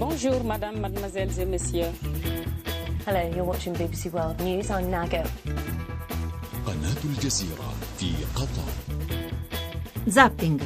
Bonjour, madame, mademoiselles et messieurs. Hello, you're watching BBC World News. I'm Nago. قناة الجزيرة في قطر. Zapping.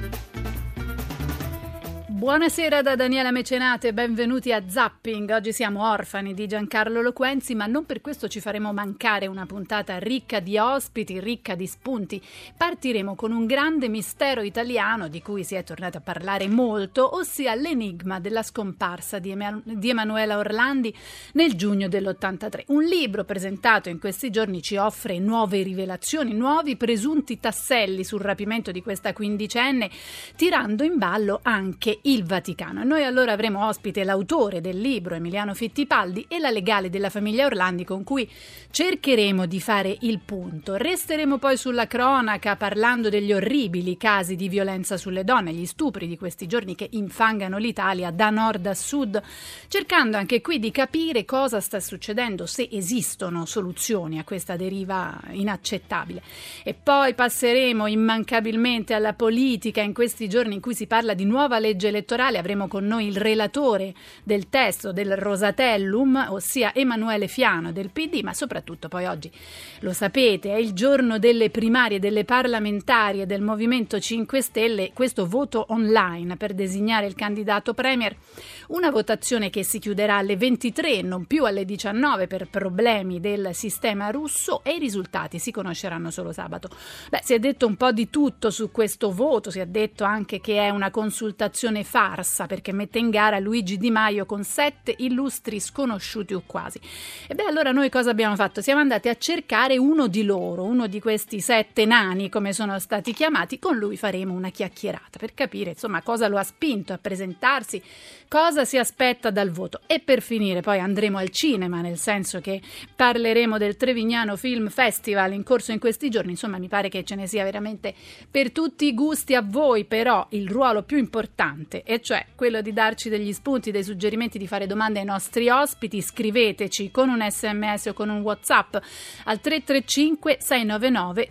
Buonasera da Daniela Mecenate, benvenuti a Zapping. Oggi siamo orfani di Giancarlo Loquenzi, ma non per questo ci faremo mancare una puntata ricca di ospiti, ricca di spunti. Partiremo con un grande mistero italiano di cui si è tornato a parlare molto, ossia l'enigma della scomparsa di Emanuela Orlandi nel giugno dell'83. Un libro presentato in questi giorni ci offre nuove rivelazioni, nuovi presunti tasselli sul rapimento di questa quindicenne, tirando in ballo anche il Vaticano. E noi allora avremo ospite l'autore del libro, Emiliano Fittipaldi, e la legale della famiglia Orlandi, con cui cercheremo di fare il punto. Resteremo poi sulla cronaca parlando degli orribili casi di violenza sulle donne, gli stupri di questi giorni che infangano l'Italia da nord a sud, cercando anche qui di capire cosa sta succedendo, se esistono soluzioni a questa deriva inaccettabile. E poi passeremo immancabilmente alla politica in questi giorni in cui si parla di nuova legge elettorale. Avremo con noi il relatore del testo del Rosatellum, ossia Emanuele Fiano del PD, ma soprattutto poi oggi, lo sapete, è il giorno delle primarie, delle parlamentari e del Movimento 5 Stelle, questo voto online per designare il candidato premier, una votazione che si chiuderà alle 23, non più alle 19 per problemi del sistema russo, e i risultati si conosceranno solo sabato. Si è detto un po' di tutto su questo voto, si è detto anche che è una consultazione farsa perché mette in gara Luigi Di Maio con 7 illustri sconosciuti o quasi. E allora noi cosa abbiamo fatto? Siamo andati a cercare uno di loro, uno di questi 7 nani come sono stati chiamati. Con lui faremo una chiacchierata per capire insomma cosa lo ha spinto a presentarsi, cosa si aspetta dal voto, e per finire poi andremo al cinema, nel senso che parleremo del Trevignano Film Festival in corso in questi giorni. Insomma, mi pare che ce ne sia veramente per tutti i gusti. A voi però il ruolo più importante, e cioè quello di darci degli spunti, dei suggerimenti, di fare domande ai nostri ospiti. Scriveteci con un SMS o con un WhatsApp al 335 699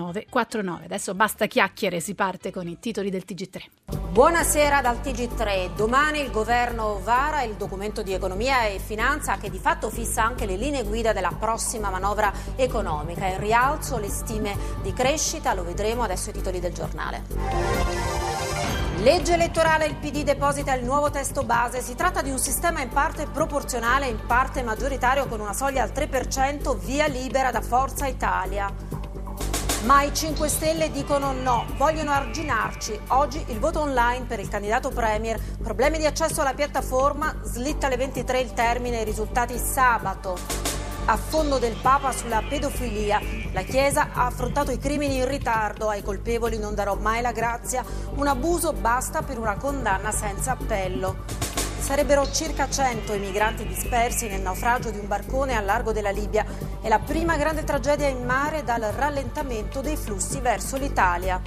2949. Adesso basta chiacchiere, si parte con i titoli del TG3. Buonasera dal TG3. Domani il governo vara il documento di economia e finanza che di fatto fissa anche le linee guida della prossima manovra economica. In rialzo le stime di crescita, lo vedremo adesso, i titoli del giornale. Legge elettorale, il PD deposita il nuovo testo base. Si tratta di un sistema in parte proporzionale e in parte maggioritario con una soglia al 3%, via libera da Forza Italia. Ma i 5 Stelle dicono no, vogliono arginarci. Oggi il voto online per il candidato premier, problemi di accesso alla piattaforma, slitta alle 23 il termine, i risultati sabato. Affondo del Papa sulla pedofilia. La Chiesa ha affrontato i crimini in ritardo, ai colpevoli non darò mai la grazia, un abuso basta per una condanna senza appello. Sarebbero circa 100 i migranti dispersi nel naufragio di un barcone al largo della Libia. È la prima grande tragedia in mare dal rallentamento dei flussi verso l'Italia.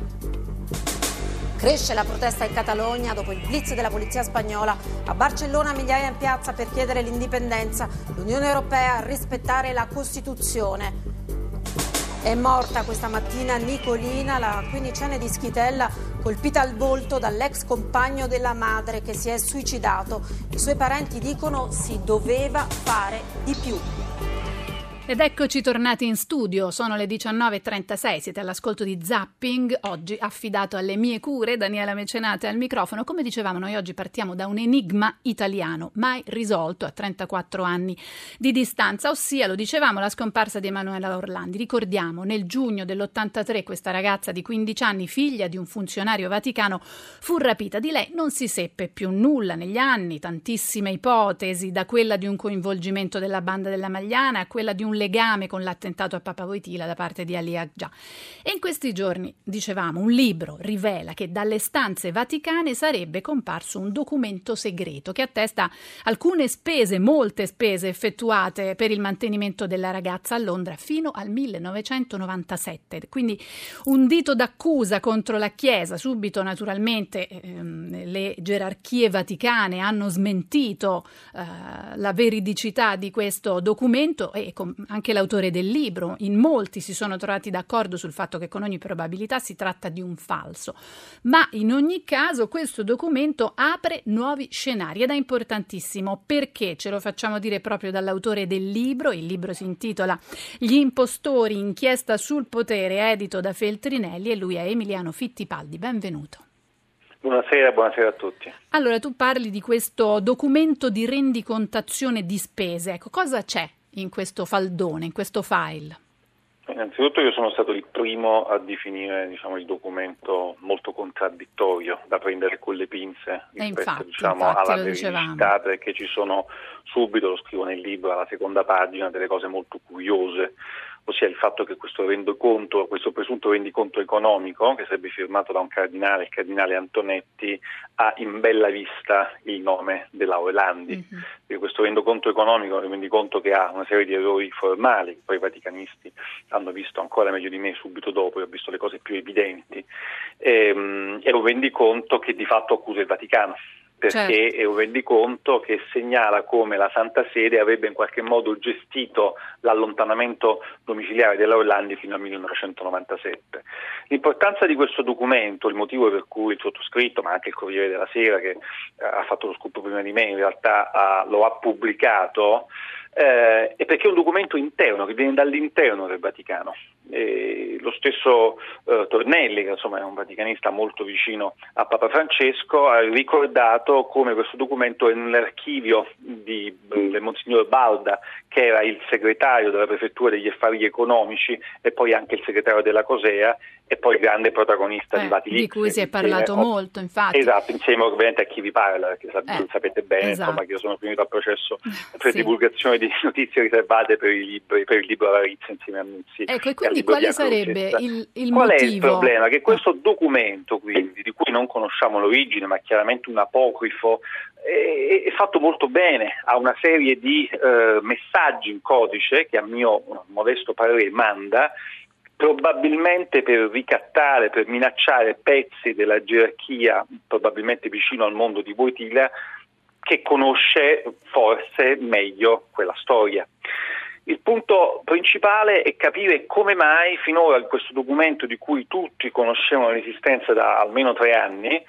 Cresce la protesta in Catalogna dopo il blitz della polizia spagnola. A Barcellona migliaia in piazza per chiedere l'indipendenza. L'Unione Europea a rispettare la Costituzione. È morta questa mattina Nicolina, la quindicenne di Schitella, colpita al volto dall'ex compagno della madre che si è suicidato. I suoi parenti dicono si doveva fare di più. Ed eccoci tornati in studio, sono le 19.36, siete all'ascolto di Zapping, oggi affidato alle mie cure, Daniela Mecenate al microfono. Come dicevamo, noi oggi partiamo da un enigma italiano, mai risolto a 34 anni di distanza, ossia, lo dicevamo, la scomparsa di Emanuela Orlandi. Ricordiamo, nel giugno dell'83 questa ragazza di 15 anni, figlia di un funzionario vaticano, fu rapita. Di lei non si seppe più nulla negli anni, tantissime ipotesi, da quella di un coinvolgimento della banda della Magliana a quella di un legame con l'attentato a Papa Wojtyla da parte di Ali Agca. E in questi giorni, dicevamo, un libro rivela che dalle stanze vaticane sarebbe comparso un documento segreto che attesta alcune spese, molte spese effettuate per il mantenimento della ragazza a Londra fino al 1997. Quindi un dito d'accusa contro la Chiesa. Subito, naturalmente, le gerarchie vaticane hanno smentito la veridicità di questo documento e anche l'autore del libro. In molti si sono trovati d'accordo sul fatto che con ogni probabilità si tratta di un falso. Ma in ogni caso questo documento apre nuovi scenari ed è importantissimo perché ce lo facciamo dire proprio dall'autore del libro. Il libro si intitola Gli impostori, inchiesta sul potere, edito da Feltrinelli, e lui è Emiliano Fittipaldi. Benvenuto. Buonasera a tutti. Allora, tu parli di questo documento di rendicontazione di spese. Ecco, cosa c'è in questo faldone, in questo file? Innanzitutto io sono stato il primo a definire il documento molto contraddittorio, da prendere con le pinze rispetto alla veridicità, perché ci sono subito, lo scrivo nel libro, alla seconda pagina, delle cose molto curiose, ossia il fatto che questo presunto rendiconto economico, che sarebbe firmato da un cardinale, il cardinale Antonetti, ha in bella vista il nome della Orlandi. Mm-hmm. Perché questo rendiconto economico è un rendiconto che ha una serie di errori formali, che poi i vaticanisti hanno visto ancora meglio di me subito dopo, io ho visto le cose più evidenti, è un rendiconto che di fatto accusa il Vaticano. Perché è un rendiconto che segnala come la Santa Sede avrebbe in qualche modo gestito l'allontanamento domiciliare della Orlandi fino al 1997. L'importanza di questo documento, il motivo per cui il sottoscritto, ma anche il Corriere della Sera, che ha fatto lo scoop prima di me, in realtà lo ha pubblicato, è perché è un documento interno che viene dall'interno del Vaticano. Lo stesso Tornelli, che insomma è un vaticanista molto vicino a Papa Francesco, ha ricordato come questo documento è nell'archivio di Monsignor Balda, che era il segretario della Prefettura degli Affari Economici e poi anche il segretario della Cosea e poi il grande protagonista di Vatilix, di cui si è parlato molto, infatti. Esatto, insieme ovviamente a chi vi parla, perché sapete bene, esatto. Insomma, che io sono finito a processo per divulgazione di notizie riservate per il libro Avarizia insieme a Nuzzi. Ecco, e quindi quale sarebbe il Qual motivo? è il problema? Che questo documento, quindi, di cui non conosciamo l'origine, ma chiaramente un apocrifo, è fatto molto bene, ha una serie di messaggi in codice che a mio modesto parere manda, probabilmente per ricattare, per minacciare pezzi della gerarchia, probabilmente vicino al mondo di Wojtyla, che conosce forse meglio quella storia. Il punto principale è capire come mai finora questo documento, di cui tutti conoscevano l'esistenza da almeno 3 anni,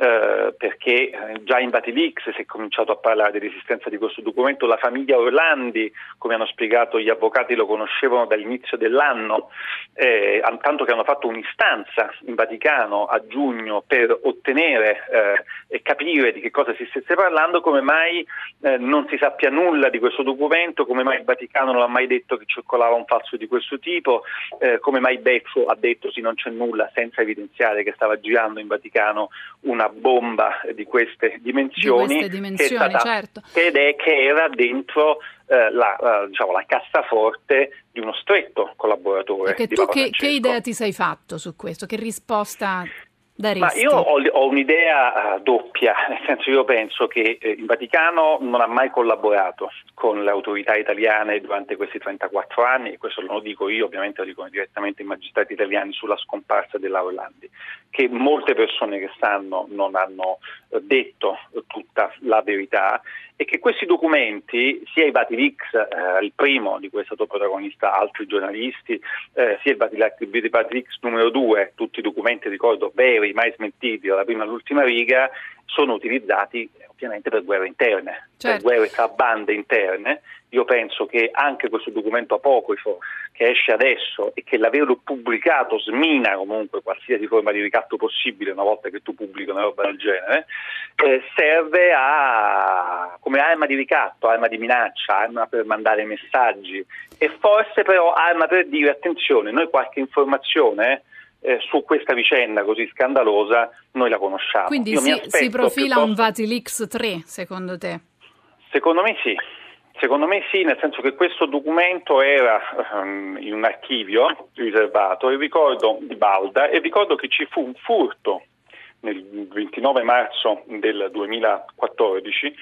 perché già in Vatilix si è cominciato a parlare dell'esistenza di questo documento, la famiglia Orlandi, come hanno spiegato gli avvocati, lo conoscevano dall'inizio dell'anno, tanto che hanno fatto un'istanza in Vaticano a giugno per ottenere e capire di che cosa si stesse parlando, come mai non si sappia nulla di questo documento, come mai il Vaticano non ha mai detto che circolava un falso di questo tipo, come mai Bezzo ha detto sì, non c'è nulla, senza evidenziare che stava girando in Vaticano una bomba di queste dimensioni, certo. che era dentro la cassaforte di uno stretto collaboratore. Perché tu che idea ti sei fatto su questo? Che risposta daresti? Ma io ho un'idea doppia, nel senso, io penso che il Vaticano non ha mai collaborato con le autorità italiane durante questi 34 anni, e questo non lo dico io, ovviamente lo dicono direttamente i magistrati italiani sulla scomparsa della Orlandi, che molte persone che sanno non hanno detto tutta la verità, e che questi documenti, sia i Vatilix, il primo di cui è stato protagonista altri giornalisti, sia il Vatilix numero 2, tutti i documenti, ricordo, veri, mai smentiti dalla prima all'ultima riga, sono utilizzati ovviamente per guerre interne, certo. Per guerre tra bande interne. Io penso che anche questo documento apocrifo che esce adesso, e che l'averlo pubblicato smina comunque qualsiasi forma di ricatto possibile una volta che tu pubblichi una roba del genere, serve come arma di ricatto, arma di minaccia, arma per mandare messaggi, e forse però arma per dire attenzione, noi qualche informazione su questa vicenda così scandalosa noi la conosciamo. Quindi si profila un Vatilix 3, secondo te? Secondo me sì, nel senso che questo documento era in un archivio riservato, e ricordo di Balda, e ricordo che ci fu un furto nel 29 marzo del 2014,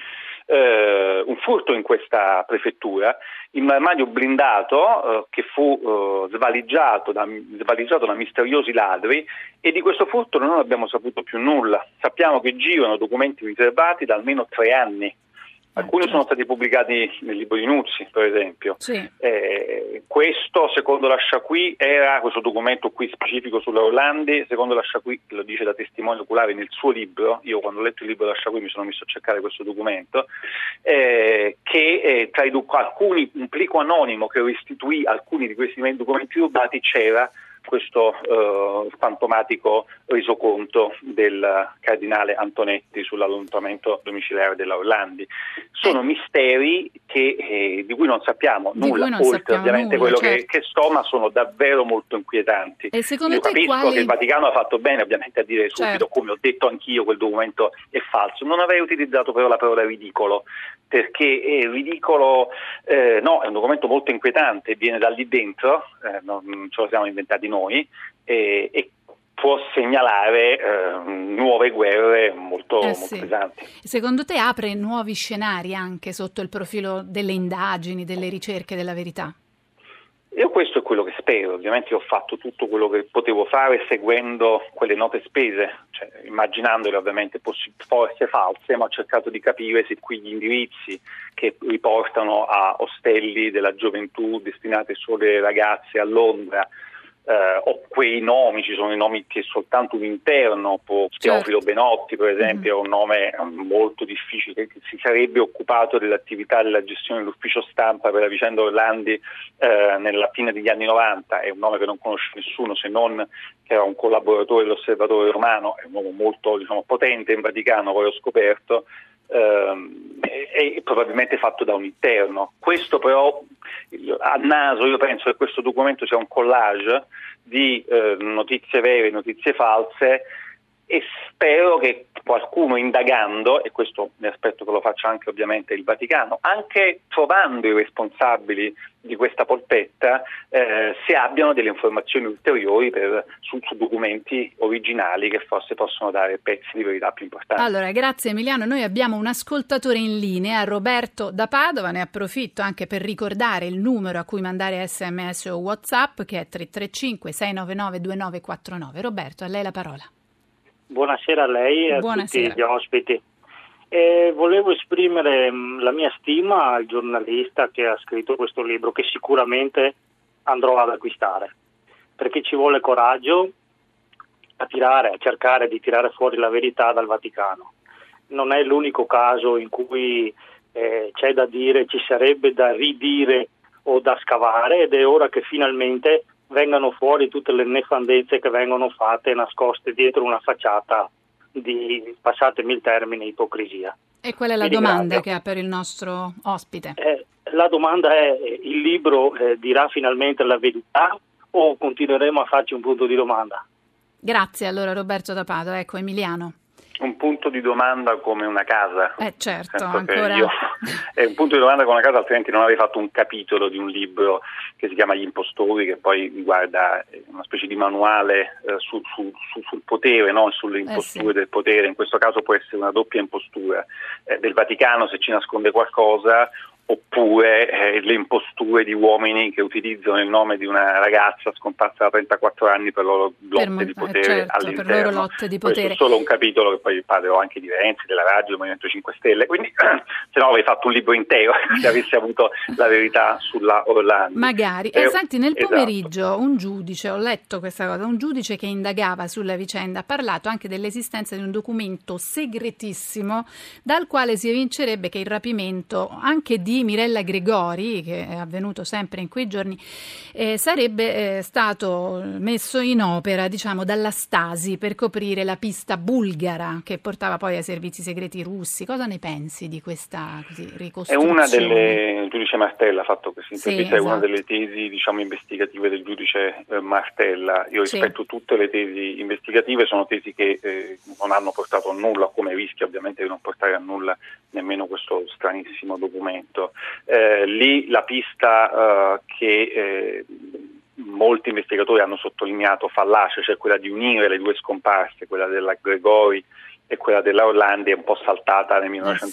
un furto in questa prefettura, in un armadio blindato che fu svaligiato da misteriosi ladri, e di questo furto non abbiamo saputo più nulla. Sappiamo che girano documenti riservati da almeno 3 anni Alcuni sono stati pubblicati nel libro di Nuzzi, per esempio. Sì. Questo, secondo la Sciacqui, era questo documento qui specifico sulla Orlandi, secondo la Sciacqui, lo dice da testimone oculare nel suo libro, io quando ho letto il libro della Sciacqui mi sono messo a cercare questo documento, che tra alcuni, un plico anonimo che restituì alcuni di questi documenti rubati, c'era questo fantomatico resoconto del cardinale Antonetti sull'allontanamento domiciliare della Orlandi. Sono misteri di cui non sappiamo nulla, oltre ovviamente quello che so, ma sono davvero molto inquietanti. E secondo Io te capisco che il Vaticano ha fatto bene ovviamente a dire subito, come ho detto anch'io, quel documento è falso. Non avrei utilizzato però la parola ridicolo, perché è ridicolo, no, è un documento molto inquietante, viene da lì dentro, non ce lo siamo inventati noi, e può segnalare nuove guerre molto pesanti. Secondo te apre nuovi scenari anche sotto il profilo delle indagini, delle ricerche della verità? Io questo è quello che spero. Ovviamente ho fatto tutto quello che potevo fare seguendo quelle note spese, cioè immaginandole ovviamente forse false, ma ho cercato di capire se qui gli indirizzi che riportano a ostelli della gioventù destinati solo ai ragazze a Londra, o quei nomi, ci sono i nomi che soltanto un interno, Teofilo Benotti per esempio, è un nome molto difficile, che si sarebbe occupato dell'attività della gestione dell'ufficio stampa per la vicenda Orlandi nella fine degli anni 90, è un nome che non conosce nessuno se non che era un collaboratore dell'Osservatore Romano, è un uomo molto potente in Vaticano, poi ho scoperto, è probabilmente fatto da un interno. Questo però a naso io penso che questo documento sia un collage di notizie vere e notizie false, e spero che qualcuno indagando, e questo mi aspetto che lo faccia anche ovviamente il Vaticano, anche trovando i responsabili di questa polpetta, se abbiano delle informazioni ulteriori su documenti originali che forse possono dare pezzi di verità più importanti. Allora, grazie Emiliano. Noi abbiamo un ascoltatore in linea, Roberto da Padova, ne approfitto anche per ricordare il numero a cui mandare SMS o WhatsApp, che è 335 699 2949. Roberto, a lei la parola. Buonasera a lei e a tutti gli ospiti. Volevo esprimere la mia stima al giornalista che ha scritto questo libro, che sicuramente andrò ad acquistare, perché ci vuole coraggio a cercare di tirare fuori la verità dal Vaticano. Non è l'unico caso in cui c'è da dire, ci sarebbe da ridire o da scavare, ed è ora che finalmente vengano fuori tutte le nefandezze che vengono fatte nascoste dietro una facciata di, passatemi il termine, ipocrisia. E qual è la domanda che ha per il nostro ospite? La domanda è: il libro dirà finalmente la verità o continueremo a farci un punto di domanda? Grazie allora Roberto da Padova. Ecco Emiliano. Un punto di domanda come una casa. Certo, ancora. È un punto di domanda come una casa, altrimenti non avrei fatto un capitolo di un libro che si chiama Gli impostori, che poi riguarda una specie di manuale sul potere, no? Sulle imposture del potere. In questo caso può essere una doppia impostura del Vaticano, se ci nasconde qualcosa, oppure le imposture di uomini che utilizzano il nome di una ragazza scomparsa da 34 anni per loro lotte di potere all'interno. Per loro lotte di potere. Questo è solo un capitolo, che poi parlerò anche di Renzi, della radio, del Movimento 5 Stelle, quindi se no avrei fatto un libro intero se avessi avuto la verità sulla Orlandi. Magari. Senti, nel pomeriggio un giudice, ho letto questa cosa, un giudice che indagava sulla vicenda ha parlato anche dell'esistenza di un documento segretissimo dal quale si evincerebbe che il rapimento anche di Mirella Gregori, che è avvenuto sempre in quei giorni, sarebbe stato messo in opera, diciamo, dalla Stasi per coprire la pista bulgara che portava poi ai servizi segreti russi. Cosa ne pensi di questa ricostruzione? È una delle, il giudice Martella ha fatto questa intervista, è una delle tesi, diciamo, investigative del giudice Martella. Io rispetto tutte le tesi investigative, sono tesi che non hanno portato a nulla, come rischia ovviamente di non portare a nulla nemmeno questo stranissimo documento. Lì la pista che molti investigatori hanno sottolineato fallace, cioè quella di unire le due scomparse, quella della Gregori e quella della Orlandi, è un po' saltata nel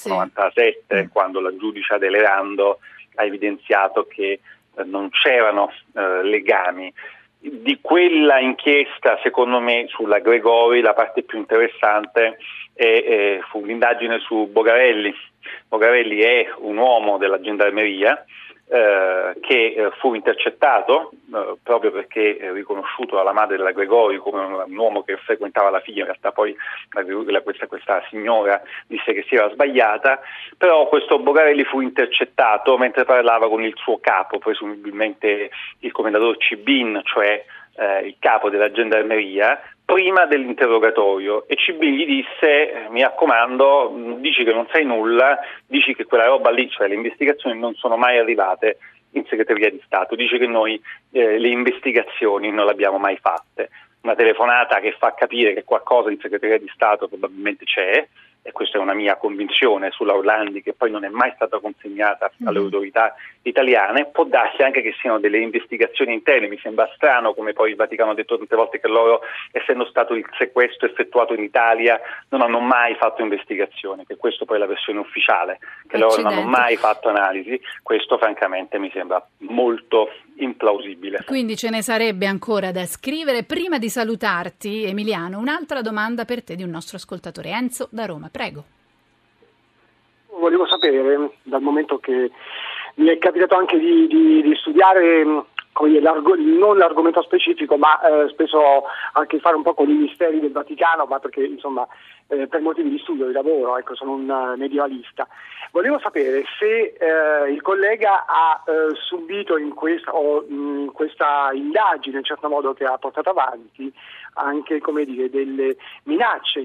1997, quando la giudice Adelerando ha evidenziato che non c'erano legami. Di quella inchiesta, secondo me, sulla Gregori la parte più interessante fu l'indagine su Bogarelli, Bogarelli è un uomo della gendarmeria che fu intercettato proprio perché riconosciuto dalla madre della Gregori come un uomo che frequentava la figlia. In realtà poi questa signora disse che si era sbagliata, però questo Bogarelli fu intercettato mentre parlava con il suo capo, presumibilmente il commendatore Cibin, cioè il capo della gendarmeria, prima dell'interrogatorio, e Cibin gli disse: mi raccomando, dici che non sai nulla, dici che quella roba lì, cioè le investigazioni, non sono mai arrivate in segreteria di Stato, dice che noi le investigazioni non le abbiamo mai fatte. Una telefonata che fa capire che qualcosa in segreteria di Stato probabilmente c'è, e questa è una mia convinzione sulla Orlandi, che poi non è mai stata consegnata alle autorità italiane. Può darsi anche che siano delle investigazioni interne. Mi sembra strano, come poi il Vaticano ha detto tante volte, che loro, essendo stato il sequestro effettuato in Italia, non hanno mai fatto investigazioni, che questo poi è la versione ufficiale, che loro non hanno mai fatto analisi. Questo francamente mi sembra molto implausibile. Quindi ce ne sarebbe ancora da scrivere. Prima di salutarti, Emiliano, un'altra domanda per te di un nostro ascoltatore, Enzo da Roma. Prego. Volevo sapere, dal momento che mi è capitato anche di studiare non l'argomento specifico, ma spesso ho a che fare un po' con i misteri del Vaticano, ma perché insomma per motivi di studio, di lavoro, ecco, sono un medievalista. Volevo sapere se il collega ha subito in questa indagine, in certo modo, che ha portato avanti, anche, come dire, delle minacce,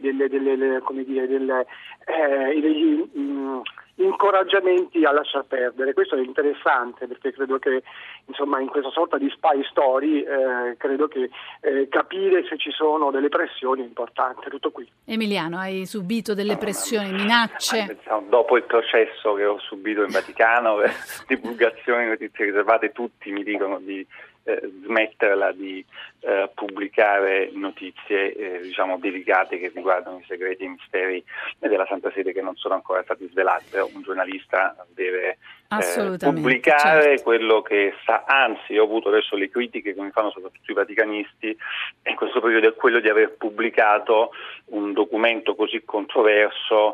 degli incoraggiamenti a lasciar perdere. Questo è interessante, perché credo che, insomma, in questa sorta di spy story, credo che capire se ci sono delle pressioni è importante. Tutto qui. Emiliano, hai subito delle pressioni, minacce? Dopo il processo che ho subito in Vaticano per divulgazione di notizie riservate, tutti mi dicono di smetterla di pubblicare notizie delicate che riguardano i segreti e i misteri della Santa Sede, che non sono ancora stati svelati. Però un giornalista deve pubblicare quello che sa. Anzi, ho avuto adesso le critiche che mi fanno soprattutto i vaticanisti in questo periodo, è quello di aver pubblicato un documento così controverso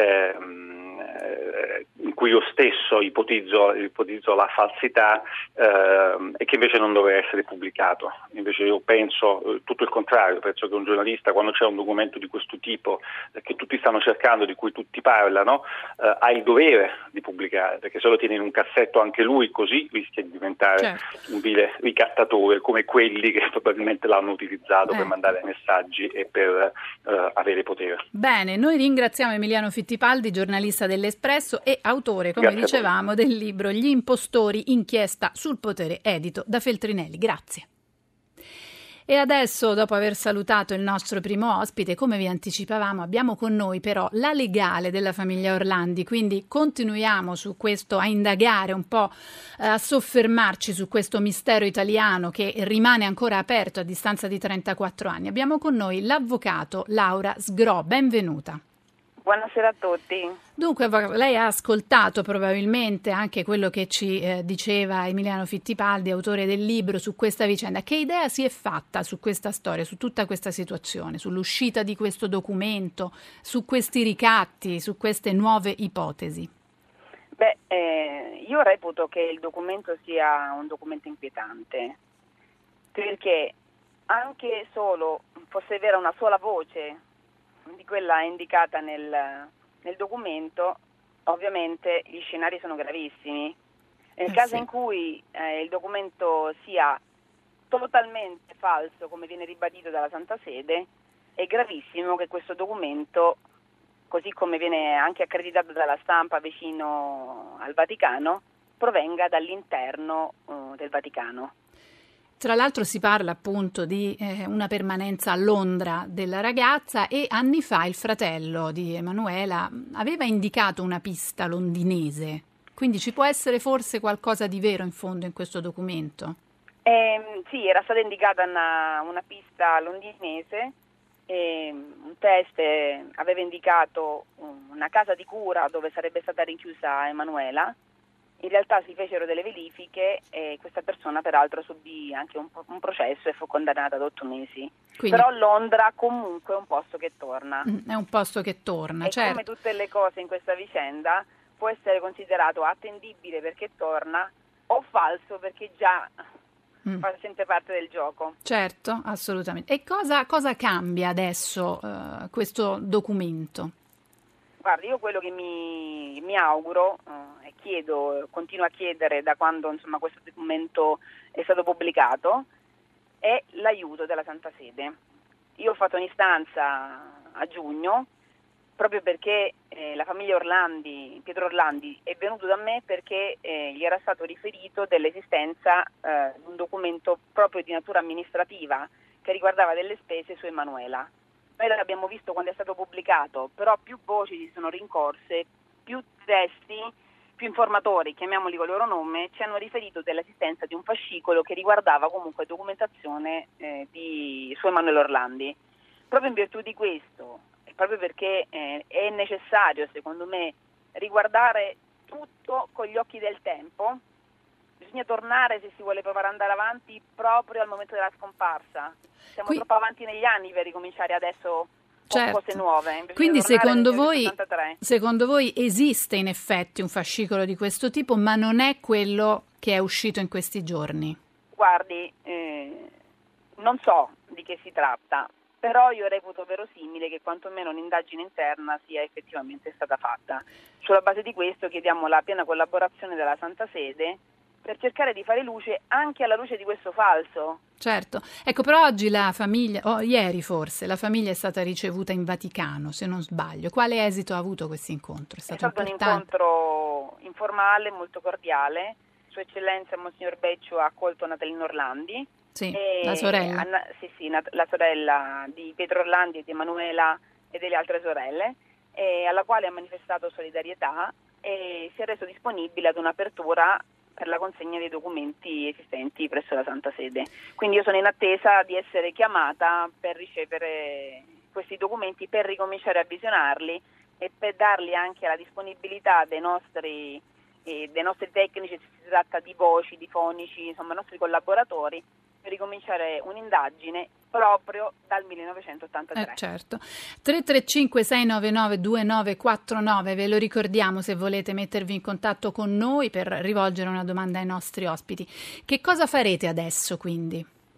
in cui io stesso ipotizzo la falsità, e che invece non doveva essere pubblicato. Invece io penso tutto il contrario, penso che un giornalista, quando c'è un documento di questo tipo che tutti stanno cercando, di cui tutti parlano, ha il dovere di pubblicare, perché se lo tiene in un cassetto anche lui, così rischia di diventare un vile ricattatore, come quelli che probabilmente l'hanno utilizzato per mandare messaggi e per avere potere. Bene, noi ringraziamo Emiliano Fittipaldi, giornalista dell'Espresso e autore, come dicevamo, del libro Gli impostori, inchiesta sul potere, edito da Feltrinelli. Grazie. E adesso, dopo aver salutato il nostro primo ospite, come vi anticipavamo, abbiamo con noi però la legale della famiglia Orlandi, quindi continuiamo su questo a indagare un po', a soffermarci su questo mistero italiano che rimane ancora aperto a distanza di 34 anni. Abbiamo con noi l'avvocato Laura Sgro, benvenuta. Buonasera a tutti. Dunque, lei ha ascoltato probabilmente anche quello che ci diceva Emiliano Fittipaldi, autore del libro, su questa vicenda. Che idea si è fatta su questa storia, su tutta questa situazione, sull'uscita di questo documento, su questi ricatti, su queste nuove ipotesi? Io reputo che il documento sia un documento inquietante, perché anche solo fosse vera una sola voce di quella indicata nel documento, ovviamente gli scenari sono gravissimi. Nel caso in cui il documento sia totalmente falso, come viene ribadito dalla Santa Sede, è gravissimo che questo documento, così come viene anche accreditato dalla stampa vicino al Vaticano, provenga dall'interno del Vaticano. Tra l'altro si parla appunto di una permanenza a Londra della ragazza, e anni fa il fratello di Emanuela aveva indicato una pista londinese, quindi ci può essere forse qualcosa di vero in fondo in questo documento? Sì, era stata indicata una pista londinese, un test aveva indicato una casa di cura dove sarebbe stata rinchiusa Emanuela. In realtà si fecero delle verifiche e questa persona peraltro subì anche un processo e fu condannata ad 8 mesi. Quindi, però Londra comunque è un posto che torna. È un posto che torna, e certo. Come tutte le cose in questa vicenda, può essere considerato attendibile perché torna o falso perché già fa sempre parte del gioco. Certo, assolutamente. E cosa cambia adesso questo documento? Guardi, io quello che mi auguro e continuo a chiedere da quando insomma questo documento è stato pubblicato è l'aiuto della Santa Sede. Io ho fatto un'istanza a giugno proprio perché la famiglia Orlandi, Pietro Orlandi, è venuto da me perché gli era stato riferito dell'esistenza di un documento proprio di natura amministrativa che riguardava delle spese su Emanuela. Noi l'abbiamo visto quando è stato pubblicato, però più voci si sono rincorse, più testi, più informatori, chiamiamoli col loro nome, ci hanno riferito dell'esistenza di un fascicolo che riguardava comunque documentazione su Emanuela Orlandi. Proprio in virtù di questo, e proprio perché è necessario, secondo me, riguardare tutto con gli occhi del tempo, bisogna tornare, se si vuole provare ad andare avanti, proprio al momento della scomparsa. Siamo troppo avanti negli anni per ricominciare adesso con cose nuove. Quindi secondo voi esiste in effetti un fascicolo di questo tipo, ma non è quello che è uscito in questi giorni? Guardi, non so di che si tratta, però io reputo verosimile che quantomeno un'indagine interna sia effettivamente stata fatta. Sulla base di questo chiediamo la piena collaborazione della Santa Sede per cercare di fare luce anche alla luce di questo falso. Certo, ecco, però oggi la famiglia, ieri forse, la famiglia è stata ricevuta in Vaticano, se non sbaglio. Quale esito ha avuto questo incontro? È stato un incontro informale, molto cordiale. Sua Eccellenza Monsignor Beccio ha accolto Natalina Orlandi. Sì, la sorella. La sorella di Pietro Orlandi e di Emanuela e delle altre sorelle, alla quale ha manifestato solidarietà e si è reso disponibile ad un'apertura per la consegna dei documenti esistenti presso la Santa Sede. Quindi io sono in attesa di essere chiamata per ricevere questi documenti, per ricominciare a visionarli e per darli anche alla disponibilità dei nostri tecnici, se si tratta di voci, di fonici, insomma, nostri collaboratori, per ricominciare un'indagine proprio dal 1983. Certo. 335-699-2949, ve lo ricordiamo se volete mettervi in contatto con noi per rivolgere una domanda ai nostri ospiti. Che cosa farete adesso quindi?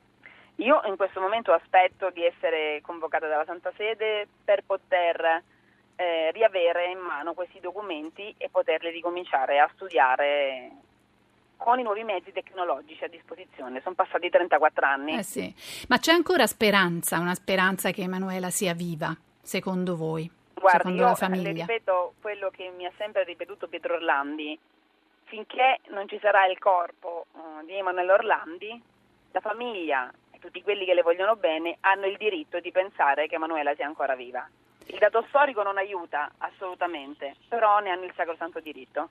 Io in questo momento aspetto di essere convocata dalla Santa Sede per poter riavere in mano questi documenti e poterli ricominciare a studiare con i nuovi mezzi tecnologici a disposizione. Sono passati 34 anni. Sì. Ma c'è ancora speranza, una speranza che Emanuela sia viva, secondo voi? Guardi, secondo la famiglia? Le ripeto quello che mi ha sempre ripetuto Pietro Orlandi: finché non ci sarà il corpo di Emanuela Orlandi, la famiglia e tutti quelli che le vogliono bene hanno il diritto di pensare che Emanuela sia ancora viva. Il dato storico non aiuta assolutamente, però ne hanno il sacrosanto diritto.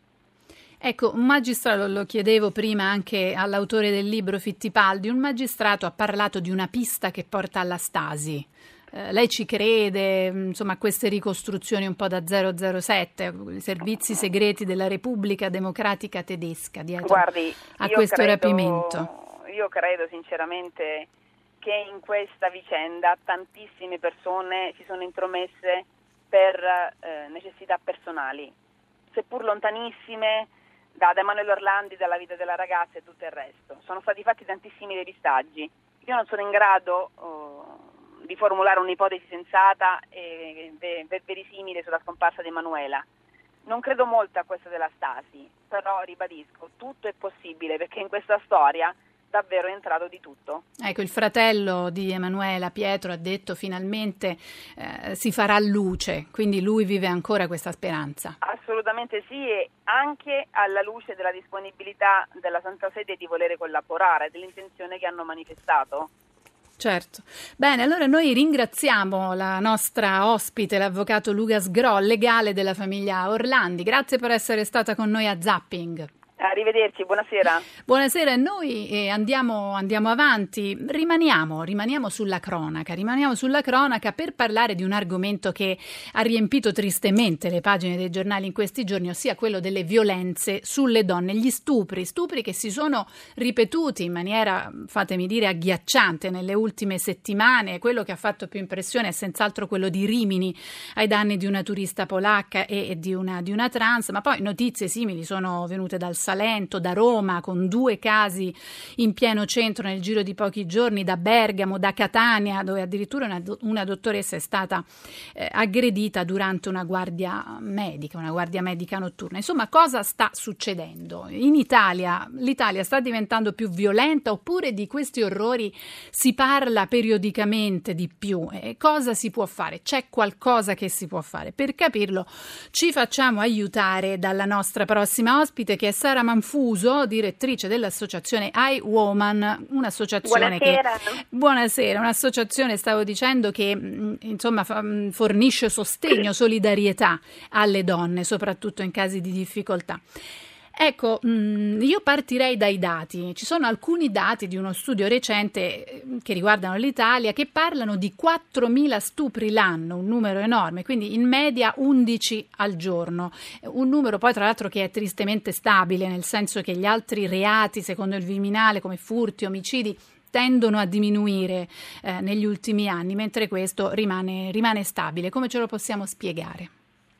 Ecco, un magistrato, lo chiedevo prima anche all'autore del libro Fittipaldi, un magistrato ha parlato di una pista che porta alla Stasi. Lei ci crede, insomma, a queste ricostruzioni un po' da 007, i servizi segreti della Repubblica Democratica Tedesca dietro a questo rapimento? Io credo sinceramente che in questa vicenda tantissime persone si sono intromesse per necessità personali, seppur lontanissime da Emanuela Orlandi, dalla vita della ragazza e tutto il resto. Sono stati fatti tantissimi depistaggi. Io non sono in grado di formulare un'ipotesi sensata e verosimile sulla scomparsa di Emanuela. Non credo molto a questa della Stasi, però ribadisco, tutto è possibile perché in questa storia davvero è entrato di tutto. Ecco, il fratello di Emanuela, Pietro, ha detto finalmente si farà luce, quindi lui vive ancora questa speranza. Assolutamente sì, e anche alla luce della disponibilità della Santa Sede di volere collaborare, dell'intenzione che hanno manifestato. Certo. Bene, allora noi ringraziamo la nostra ospite, l'avvocato Luca Sgro, legale della famiglia Orlandi. Grazie per essere stata con noi a Zapping. Arrivederci, buonasera. Buonasera, noi andiamo avanti, rimaniamo sulla cronaca per parlare di un argomento che ha riempito tristemente le pagine dei giornali in questi giorni, ossia quello delle violenze sulle donne, gli stupri che si sono ripetuti in maniera, fatemi dire, agghiacciante nelle ultime settimane. Quello che ha fatto più impressione è senz'altro quello di Rimini ai danni di una turista polacca e di una trans, ma poi notizie simili sono venute dal Salento, da Roma, con 2 casi in pieno centro nel giro di pochi giorni, da Bergamo, da Catania, dove addirittura una dottoressa è stata aggredita durante una guardia medica notturna. Insomma, cosa sta succedendo? In Italia, l'Italia sta diventando più violenta oppure di questi orrori si parla periodicamente di più? Cosa si può fare? C'è qualcosa che si può fare? Per capirlo ci facciamo aiutare dalla nostra prossima ospite, che è Sara Manfuso, direttrice dell'associazione iWoman, un'associazione Buonasera, un'associazione, stavo dicendo, che insomma fornisce sostegno, solidarietà alle donne, soprattutto in casi di difficoltà. Ecco, io partirei dai dati. Ci sono alcuni dati di uno studio recente che riguardano l'Italia che parlano di 4.000 stupri l'anno, un numero enorme, quindi in media 11 al giorno. Un numero poi tra l'altro che è tristemente stabile, nel senso che gli altri reati, secondo il Viminale, come furti, omicidi, tendono a diminuire negli ultimi anni, mentre questo rimane stabile. Come ce lo possiamo spiegare?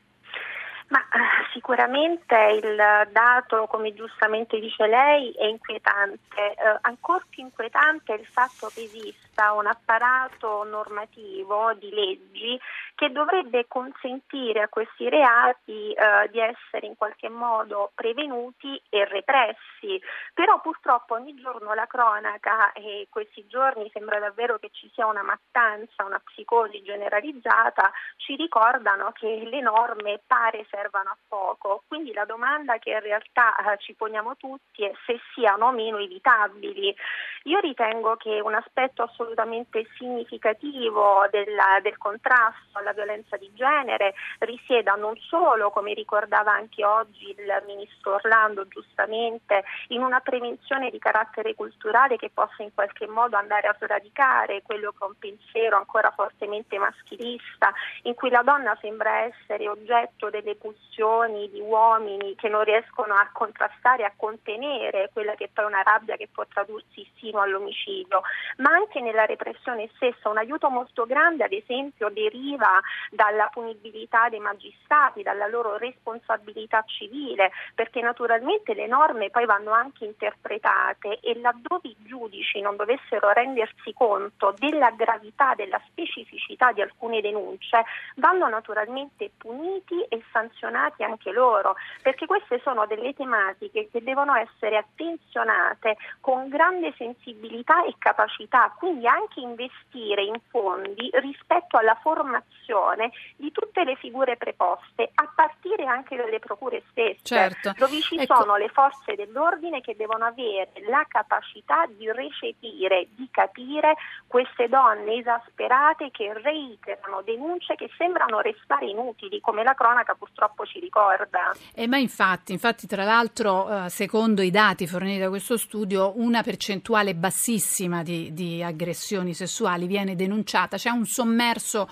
Ma sicuramente il dato, come giustamente dice lei, è inquietante. Ancor più inquietante è il fatto che esista un apparato normativo di leggi che dovrebbe consentire a questi reati di essere in qualche modo prevenuti e repressi. Però purtroppo ogni giorno la cronaca, e questi giorni sembra davvero che ci sia una mattanza, una psicosi generalizzata, ci ricordano che le norme pare servano a poco. Quindi la domanda che in realtà ci poniamo tutti è se siano o meno evitabili. Io ritengo che un aspetto assolutamente significativo del contrasto alla violenza di genere risieda non solo, come ricordava anche oggi il ministro Orlando giustamente, in una prevenzione di carattere culturale che possa in qualche modo andare a sradicare quello che è un pensiero ancora fortemente maschilista, in cui la donna sembra essere oggetto delle pulsioni di uomini che non riescono a contrastare, a contenere quella che poi è una rabbia che può tradursi sino all'omicidio, ma anche nella repressione stessa. Un aiuto molto grande, ad esempio, deriva dalla punibilità dei magistrati, dalla loro responsabilità civile, perché naturalmente le norme poi vanno anche interpretate e laddove i giudici non dovessero rendersi conto della gravità, della specificità di alcune denunce, vanno naturalmente puniti e sanzionati anche loro, perché queste sono delle tematiche che devono essere attenzionate con grande sensibilità e capacità, quindi anche investire in fondi rispetto alla formazione di tutte le figure preposte, a partire anche dalle procure stesse, certo, dove ci sono le forze dell'ordine che devono avere la capacità di recepire, di capire queste donne esasperate che reiterano denunce che sembrano restare inutili, come la cronaca purtroppo ci ricorda. Ma infatti tra l'altro, secondo i dati forniti da questo studio, una percentuale bassissima di aggressioni sessuali viene denunciata, c'è un sommerso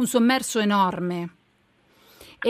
enorme. E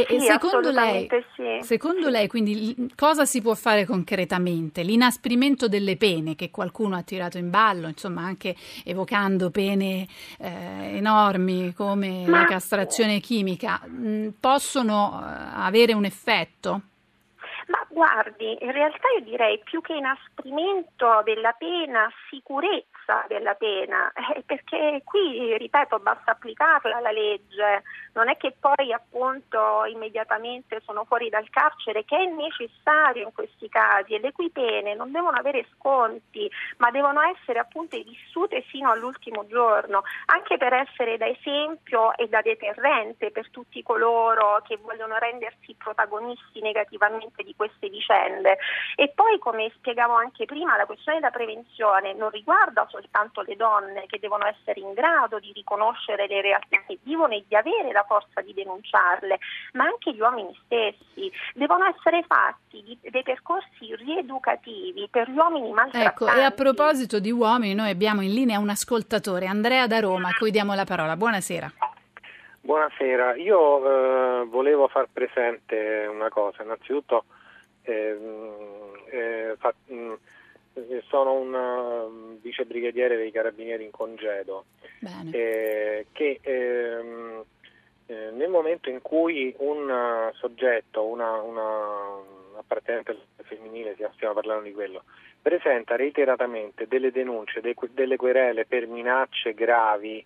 secondo lei quindi cosa si può fare concretamente? L'inasprimento delle pene, che qualcuno ha tirato in ballo, insomma anche evocando pene enormi come la castrazione chimica, possono avere un effetto? Ma guardi, in realtà io direi più che inasprimento della pena, sicurezza della pena, perché qui, ripeto, basta applicarla la legge, non è che poi appunto immediatamente sono fuori dal carcere, che è necessario in questi casi, e le cui pene non devono avere sconti, ma devono essere appunto vissute fino all'ultimo giorno, anche per essere da esempio e da deterrente per tutti coloro che vogliono rendersi protagonisti negativamente di queste queste vicende. E poi, come spiegavo anche prima, la questione della prevenzione non riguarda soltanto le donne, che devono essere in grado di riconoscere le realtà che vivono e di avere la forza di denunciarle, ma anche gli uomini stessi. Devono essere fatti dei percorsi rieducativi per gli uomini maltrattanti. Ecco, e a proposito di uomini, noi abbiamo in linea un ascoltatore, Andrea da Roma, a cui diamo la parola. Buonasera. Buonasera, io volevo far presente una cosa. Innanzitutto sono un vicebrigadiere dei Carabinieri in congedo, che nel momento in cui un soggetto, una appartenente al femminile, stiamo parlando di quello, presenta reiteratamente delle denunce, delle querele per minacce gravi,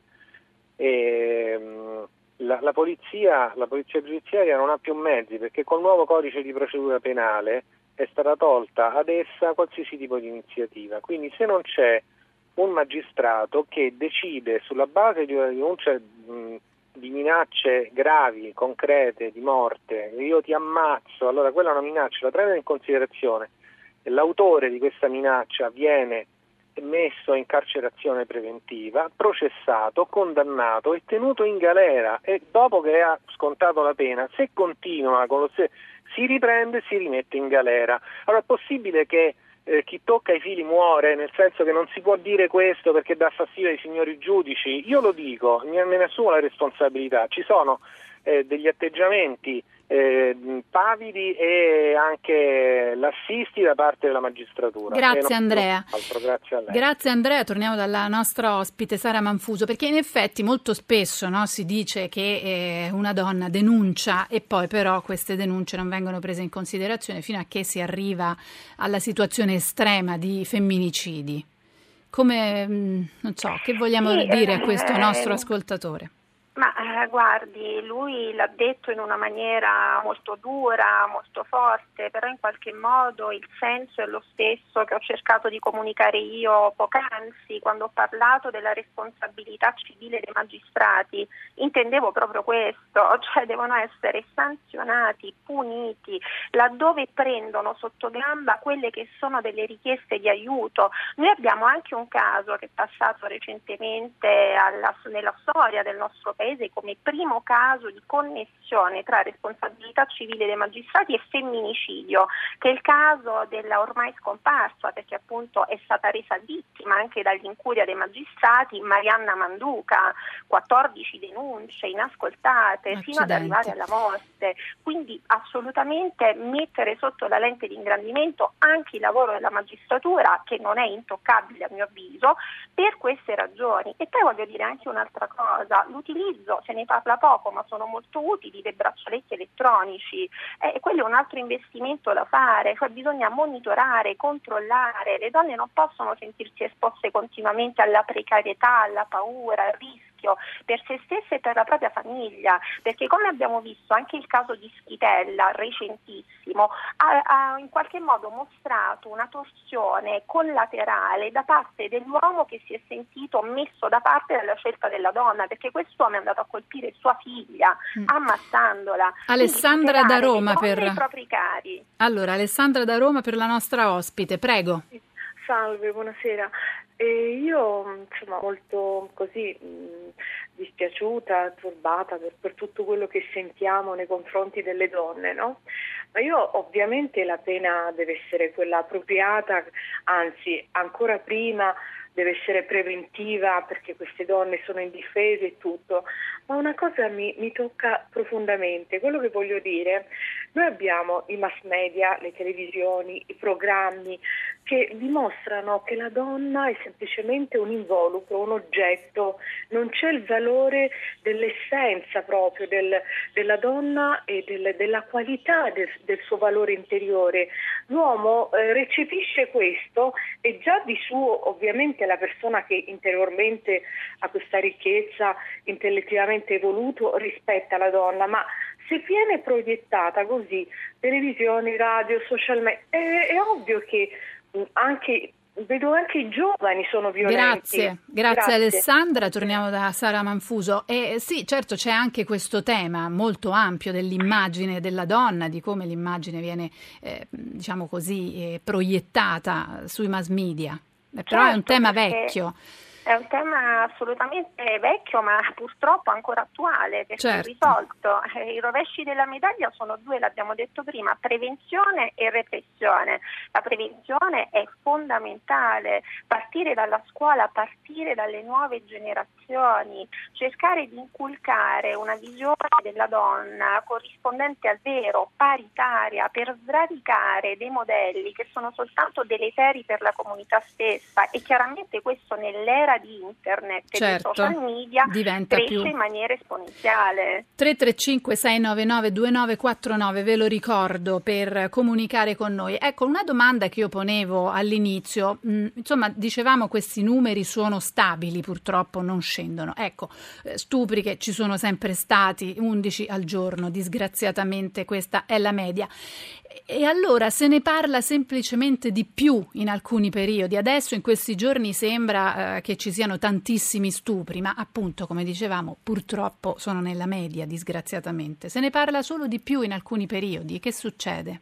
la polizia giudiziaria non ha più mezzi, perché col nuovo codice di procedura penale è stata tolta ad essa qualsiasi tipo di iniziativa. Quindi se non c'è un magistrato che decide sulla base di una denuncia di minacce gravi, concrete, di morte, io ti ammazzo, allora quella è una minaccia, la prende in considerazione, e l'autore di questa minaccia viene messo in carcerazione preventiva, processato, condannato e tenuto in galera, e dopo che ha scontato la pena, se continua con lo stesso, si riprende e si rimette in galera. Allora è possibile che chi tocca i fili muore, nel senso che non si può dire questo perché dà fastidio ai signori giudici? Io lo dico, me ne assumo la responsabilità. Ci sono degli atteggiamenti pavidi e anche lassisti da parte della magistratura. Grazie Andrea. Grazie a lei. Grazie Andrea, torniamo dalla nostra ospite Sara Manfuso, perché in effetti molto spesso, no, si dice che una donna denuncia e poi però queste denunce non vengono prese in considerazione fino a che si arriva alla situazione estrema di femminicidi. Come, non so, che vogliamo dire a questo nostro ascoltatore? Ma guardi, lui l'ha detto in una maniera molto dura, molto forte, però in qualche modo il senso è lo stesso che ho cercato di comunicare io poc'anzi quando ho parlato della responsabilità civile dei magistrati. Intendevo proprio questo, cioè devono essere sanzionati, puniti, laddove prendono sotto gamba quelle che sono delle richieste di aiuto. Noi abbiamo anche un caso che è passato recentemente nella storia del nostro paese come primo caso di connessione tra responsabilità civile dei magistrati e femminicidio, che è il caso della ormai scomparsa, perché appunto è stata resa vittima anche dall'incuria dei magistrati, Marianna Manduca, 14 denunce inascoltate fino ad arrivare alla morte. Quindi assolutamente mettere sotto la lente di ingrandimento anche il lavoro della magistratura, che non è intoccabile a mio avviso, per queste ragioni. E poi voglio dire anche un'altra cosa, l'utilizzo, se ne parla poco ma sono molto utili, dei braccialetti elettronici, quello è un altro investimento da fare, cioè bisogna monitorare, controllare, le donne non possono sentirsi esposte continuamente alla precarietà, alla paura, al rischio per se stesse e per la propria famiglia, perché come abbiamo visto anche il caso di Schitella, recentissimo, ha in qualche modo mostrato una torsione collaterale da parte dell'uomo che si è sentito messo da parte dalla scelta della donna, perché quest'uomo è andato a colpire sua figlia ammazzandola. Alessandra da Roma per i propri cari. Allora, Alessandra da Roma per la nostra ospite, prego. Salve, buonasera. Io insomma molto così dispiaciuta, turbata per tutto quello che sentiamo nei confronti delle donne, no? Ma io ovviamente la pena deve essere quella appropriata, anzi ancora prima deve essere preventiva, perché queste donne sono indifese e tutto, ma una cosa mi tocca profondamente. Quello che voglio dire, noi abbiamo i mass media, le televisioni, i programmi che dimostrano che la donna è semplicemente un involucro, un oggetto, non c'è il valore dell'essenza proprio della donna e della qualità del suo valore interiore. L'uomo recepisce questo e già di suo ovviamente la persona che interiormente ha questa ricchezza, intellettivamente evoluto, rispetta la donna, ma se viene proiettata così, televisione, radio, social media, è ovvio che anche vedo anche i giovani sono violenti. Grazie Alessandra, torniamo da Sara Manfuso. Sì, certo, c'è anche questo tema molto ampio dell'immagine della donna, di come l'immagine viene, diciamo così, proiettata sui mass media. Però è un tema vecchio. È un tema assolutamente vecchio, ma purtroppo ancora attuale, perché è risolto. I rovesci della medaglia sono due, l'abbiamo detto prima, prevenzione e repressione. La prevenzione è fondamentale, partire dalla scuola, partire dalle nuove generazioni, cercare di inculcare una visione della donna corrispondente al vero, paritaria, per sradicare dei modelli che sono soltanto deleteri per la comunità stessa, e chiaramente questo nell'era di internet e dei social media cresce in maniera esponenziale. 335 699 2949, ve lo ricordo, per comunicare con noi. Ecco, una domanda che io ponevo all'inizio, insomma, dicevamo questi numeri sono stabili, purtroppo non scendono. Ecco, stupri che ci sono sempre stati, 11 al giorno, disgraziatamente questa è la media. E allora se ne parla semplicemente di più in alcuni periodi. Adesso in questi giorni sembra che ci siano tantissimi stupri, ma appunto, come dicevamo, purtroppo sono nella media, disgraziatamente. Se ne parla solo di più in alcuni periodi. Che succede?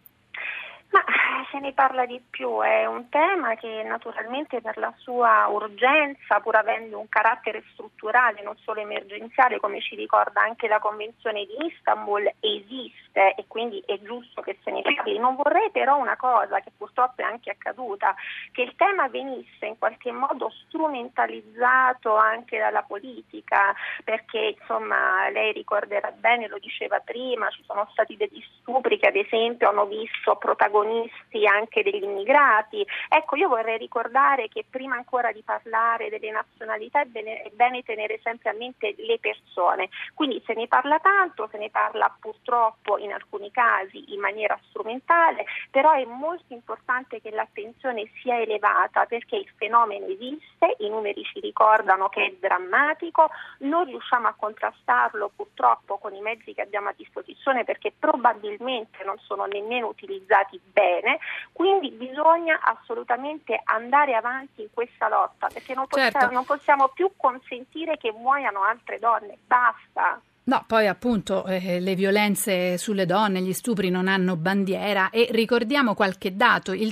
Ma se ne parla di più, è un tema che naturalmente per la sua urgenza, pur avendo un carattere strutturale, non solo emergenziale, come ci ricorda anche la Convenzione di Istanbul, esiste, e quindi è giusto che se ne parli. Non vorrei però una cosa che purtroppo è anche accaduta, che il tema venisse in qualche modo strumentalizzato anche dalla politica, perché insomma lei ricorderà bene, lo diceva prima, ci sono stati degli stupri che ad esempio hanno visto protagonisti anche degli immigrati. Ecco, io vorrei ricordare che prima ancora di parlare delle nazionalità è bene tenere sempre a mente le persone. Quindi se ne parla tanto, se ne parla purtroppo in alcuni casi in maniera strumentale, però è molto importante che l'attenzione sia elevata, perché il fenomeno esiste, i numeri ci ricordano che è drammatico, non riusciamo a contrastarlo purtroppo con i mezzi che abbiamo a disposizione, perché probabilmente non sono nemmeno utilizzati bene, quindi bisogna assolutamente andare avanti in questa lotta, perché non possiamo più consentire che muoiano altre donne, basta. No, poi appunto le violenze sulle donne, gli stupri non hanno bandiera, e ricordiamo qualche dato: il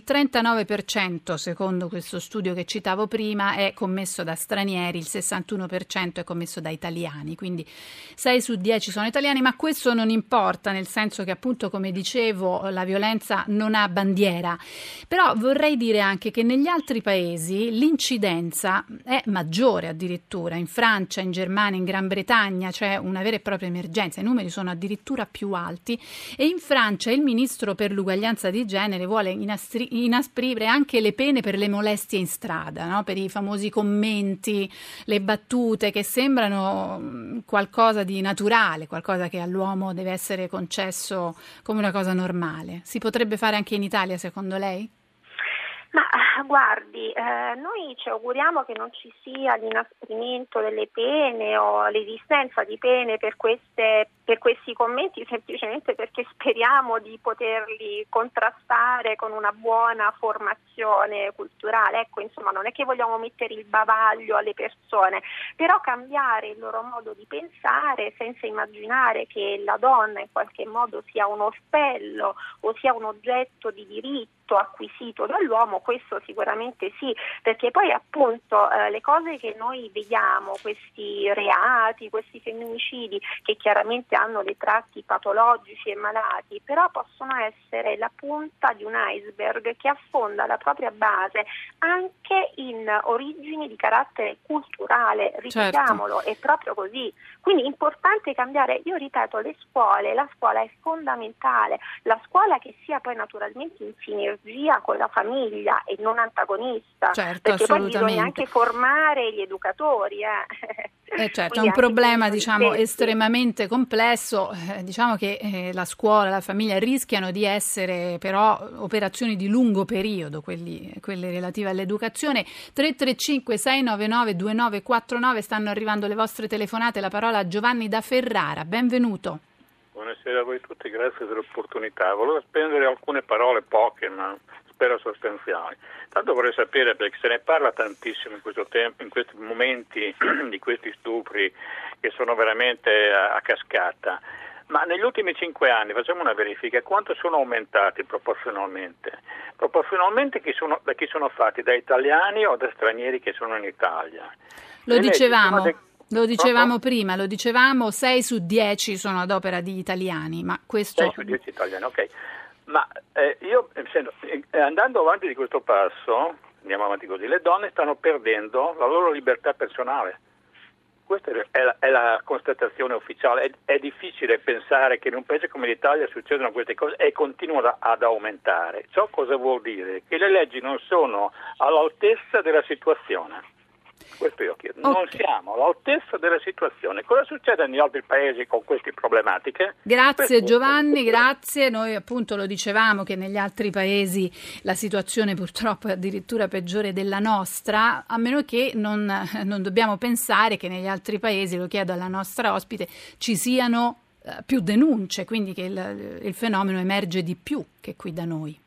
39% secondo questo studio che citavo prima è commesso da stranieri, il 61% è commesso da italiani, quindi 6 su 10 sono italiani, ma questo non importa, nel senso che appunto, come dicevo, la violenza non ha bandiera. Però vorrei dire anche che negli altri paesi l'incidenza è maggiore addirittura, in Francia, in Germania, in Gran Bretagna c'è una vera e propria emergenza, i numeri sono addirittura più alti, e in Francia il ministro per l'uguaglianza di genere vuole inasprire anche le pene per le molestie in strada, no? Per i famosi commenti, le battute che sembrano qualcosa di naturale, qualcosa che all'uomo deve essere concesso come una cosa normale. Si potrebbe fare anche in Italia, secondo lei? Ma guardi, noi ci auguriamo che non ci sia l'inasprimento delle pene o l'esistenza di pene per questi commenti, semplicemente perché speriamo di poterli contrastare con una buona formazione culturale. Ecco, insomma, non è che vogliamo mettere il bavaglio alle persone, però cambiare il loro modo di pensare senza immaginare che la donna in qualche modo sia un orpello o sia un oggetto di diritto acquisito dall'uomo, questo sicuramente sì, perché poi appunto le cose che noi vediamo, questi reati, questi femminicidi, che chiaramente hanno dei tratti patologici e malati, però possono essere la punta di un iceberg che affonda la propria base anche in origini di carattere culturale, ripetiamolo, certo. È proprio così. Quindi è importante cambiare, io ripeto, le scuole, la scuola è fondamentale, la scuola che sia poi naturalmente in sinergia con la famiglia e non antagonista, certo, perché poi bisogna anche formare gli educatori. Certo, è un problema estremamente complesso, diciamo che la scuola, la famiglia rischiano di essere però operazioni di lungo periodo, quelle relative all'educazione. 335 699 2949, stanno arrivando le vostre telefonate, la parola a Giovanni da Ferrara, benvenuto. Buonasera a voi tutti, grazie per l'opportunità. Volevo spendere alcune parole, poche, ma spero sostanziali. Tanto vorrei sapere, perché se ne parla tantissimo in questi momenti di questi stupri che sono veramente a cascata, ma negli ultimi 5 anni, facciamo una verifica, quanto sono aumentati proporzionalmente? Proporzionalmente da chi sono fatti? Da italiani o da stranieri che sono in Italia? Lo dicevamo prima, 6 su 10 sono ad opera di italiani, ma questo... 6 su 10 italiani, ok. Ma io andando avanti di questo passo, andiamo avanti così, le donne stanno perdendo la loro libertà personale. Questa è la constatazione ufficiale. È difficile pensare che in un paese come l'Italia succedano queste cose e continuano ad aumentare. Ciò cosa vuol dire? Che le leggi non sono all'altezza della situazione. Questo io chiedo. Okay. Non siamo all'altezza della situazione. Cosa succede negli altri paesi con queste problematiche? Grazie Giovanni, grazie. Noi appunto lo dicevamo che negli altri paesi la situazione purtroppo è addirittura peggiore della nostra, a meno che non dobbiamo pensare che negli altri paesi, lo chiedo alla nostra ospite, ci siano più denunce, quindi che il fenomeno emerge di più che qui da noi.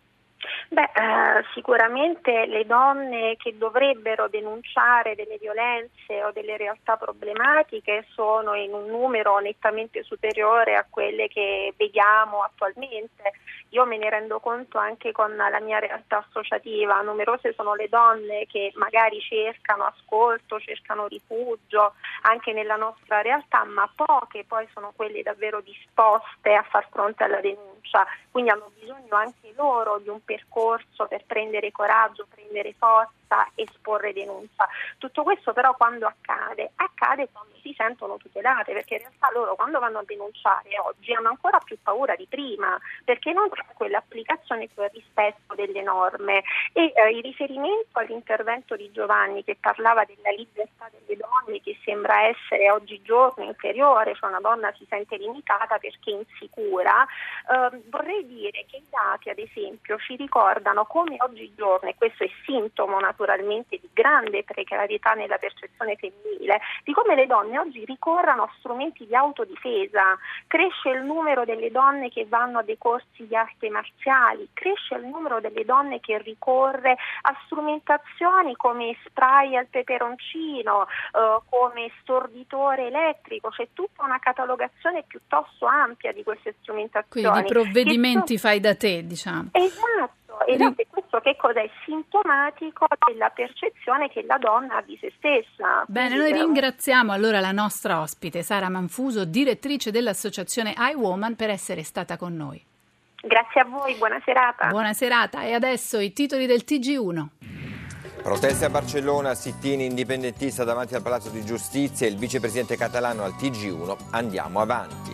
Sicuramente le donne che dovrebbero denunciare delle violenze o delle realtà problematiche sono in un numero nettamente superiore a quelle che vediamo attualmente. Io me ne rendo conto anche con la mia realtà associativa. Numerose sono le donne che magari cercano ascolto, cercano rifugio anche nella nostra realtà, ma poche poi sono quelle davvero disposte a far fronte alla denuncia. Quindi hanno bisogno anche loro di un percorso per prendere coraggio, prendere forza, esporre denuncia. Tutto questo però quando accade quando si sentono tutelate, perché in realtà loro quando vanno a denunciare oggi hanno ancora più paura di prima, perché non c'è quell'applicazione, quel rispetto delle norme. E il riferimento all'intervento di Giovanni che parlava della libertà delle donne che sembra essere oggigiorno inferiore, cioè una donna si sente limitata perché insicura, vorrei dire che i dati ad esempio ci ricordano come oggigiorno, e questo è sintomo naturalmente di grande precarietà nella percezione femminile, di come le donne oggi ricorrano a strumenti di autodifesa. Cresce il numero delle donne che vanno a dei corsi di arti marziali, cresce il numero delle donne che ricorre a strumentazioni come spray al peperoncino, come storditore elettrico. C'è tutta una catalogazione piuttosto ampia di queste strumentazioni. Quindi provvedimenti fai da te, diciamo. Esatto, questo che cosa è sintomatico della percezione che la donna ha di se stessa. Bene, noi ringraziamo allora la nostra ospite Sara Manfuso, direttrice dell'associazione iWoman, per essere stata con noi. Grazie a voi, buona serata. Buona serata, e adesso i titoli del TG1. Proteste a Barcellona, sit-in indipendentista davanti al Palazzo di Giustizia e il vicepresidente catalano al TG1. Andiamo avanti.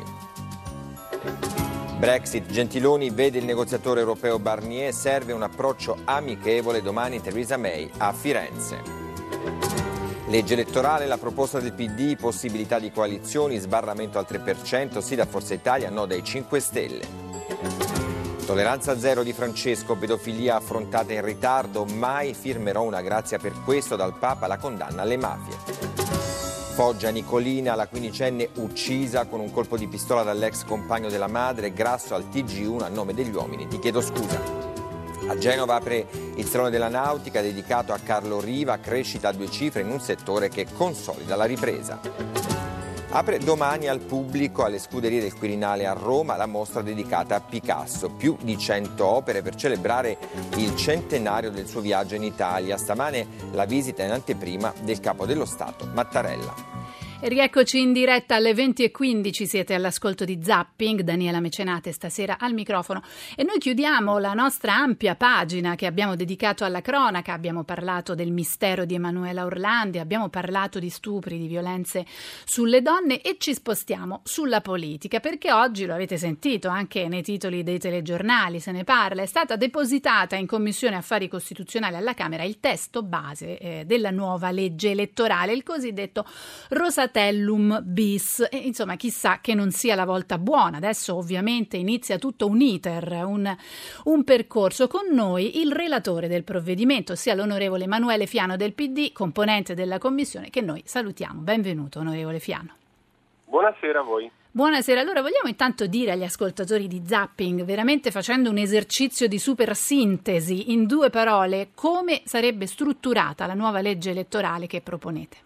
Brexit, Gentiloni vede il negoziatore europeo Barnier, serve un approccio amichevole, domani Theresa May a Firenze. Legge elettorale, la proposta del PD, possibilità di coalizioni, sbarramento al 3%, sì da Forza Italia, no dai 5 Stelle. Tolleranza zero di Francesco, pedofilia affrontata in ritardo, mai firmerò una grazia per questo, dal Papa la condanna alle mafie. Foggia, Nicolina, la quindicenne uccisa con un colpo di pistola dall'ex compagno della madre, Grasso al TG1 a nome degli uomini, ti chiedo scusa. A Genova apre il Salone della Nautica dedicato a Carlo Riva, crescita a 2 cifre in un settore che consolida la ripresa. Apre domani al pubblico alle Scuderie del Quirinale a Roma la mostra dedicata a Picasso, più di 100 opere per celebrare il centenario del suo viaggio in Italia. Stamane la visita in anteprima del Capo dello Stato, Mattarella. E rieccoci in diretta alle 20:15, siete all'ascolto di Zapping, Daniela Mecenate stasera al microfono, e noi chiudiamo la nostra ampia pagina che abbiamo dedicato alla cronaca. Abbiamo parlato del mistero di Emanuela Orlandi, abbiamo parlato di stupri, di violenze sulle donne, e ci spostiamo sulla politica, perché oggi, lo avete sentito anche nei titoli dei telegiornali, se ne parla, è stata depositata in Commissione Affari Costituzionali alla Camera il testo base della nuova legge elettorale, il cosiddetto Rosatellum bis, e insomma chissà che non sia la volta buona. Adesso ovviamente inizia tutto un iter, un percorso. Con noi il relatore del provvedimento, ossia l'onorevole Emanuele Fiano del PD, componente della commissione, che noi salutiamo. Benvenuto onorevole Fiano. Buonasera a voi. Buonasera, allora vogliamo intanto dire agli ascoltatori di Zapping, veramente facendo un esercizio di super sintesi, in 2 parole, come sarebbe strutturata la nuova legge elettorale che proponete?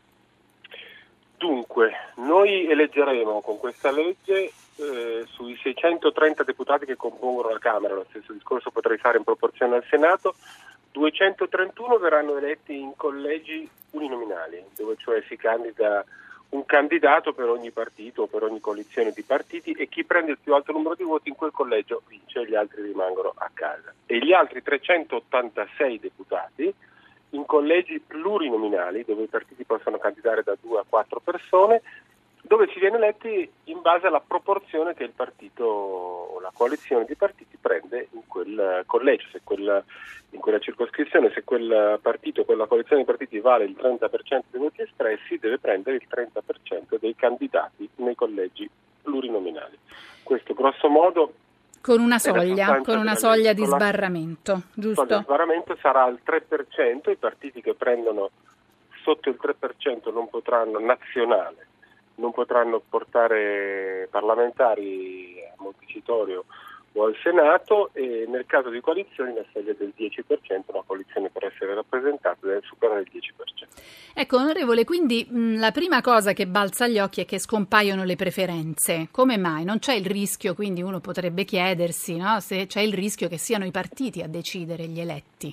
Dunque, noi eleggeremo con questa legge sui 630 deputati che compongono la Camera, lo stesso discorso potrei fare in proporzione al Senato, 231 verranno eletti in collegi uninominali, dove cioè si candida un candidato per ogni partito o per ogni coalizione di partiti e chi prende il più alto numero di voti in quel collegio vince e gli altri rimangono a casa. E gli altri 386 deputati in collegi plurinominali, dove i partiti possono candidare da 2 a 4 persone, dove si viene eletti in base alla proporzione che il partito o la coalizione di partiti prende in quel collegio. Se in quella circoscrizione, se quel partito o quella coalizione di partiti vale il 30% dei voti espressi, deve prendere il 30% dei candidati nei collegi plurinominali. Questo grosso modo con una soglia di sbarramento, giusto? La soglia di sbarramento sarà al 3%, i partiti che prendono sotto il 3% non potranno, nazionale, non potranno portare parlamentari a Montecitorio o al Senato, e nel caso di coalizioni la soglia del 10%, una coalizione per essere rappresentata deve superare il 10%. Ecco, onorevole, quindi la prima cosa che balza agli occhi è che scompaiono le preferenze. Come mai? Non c'è il rischio, quindi uno potrebbe chiedersi, no, se c'è il rischio che siano i partiti a decidere gli eletti?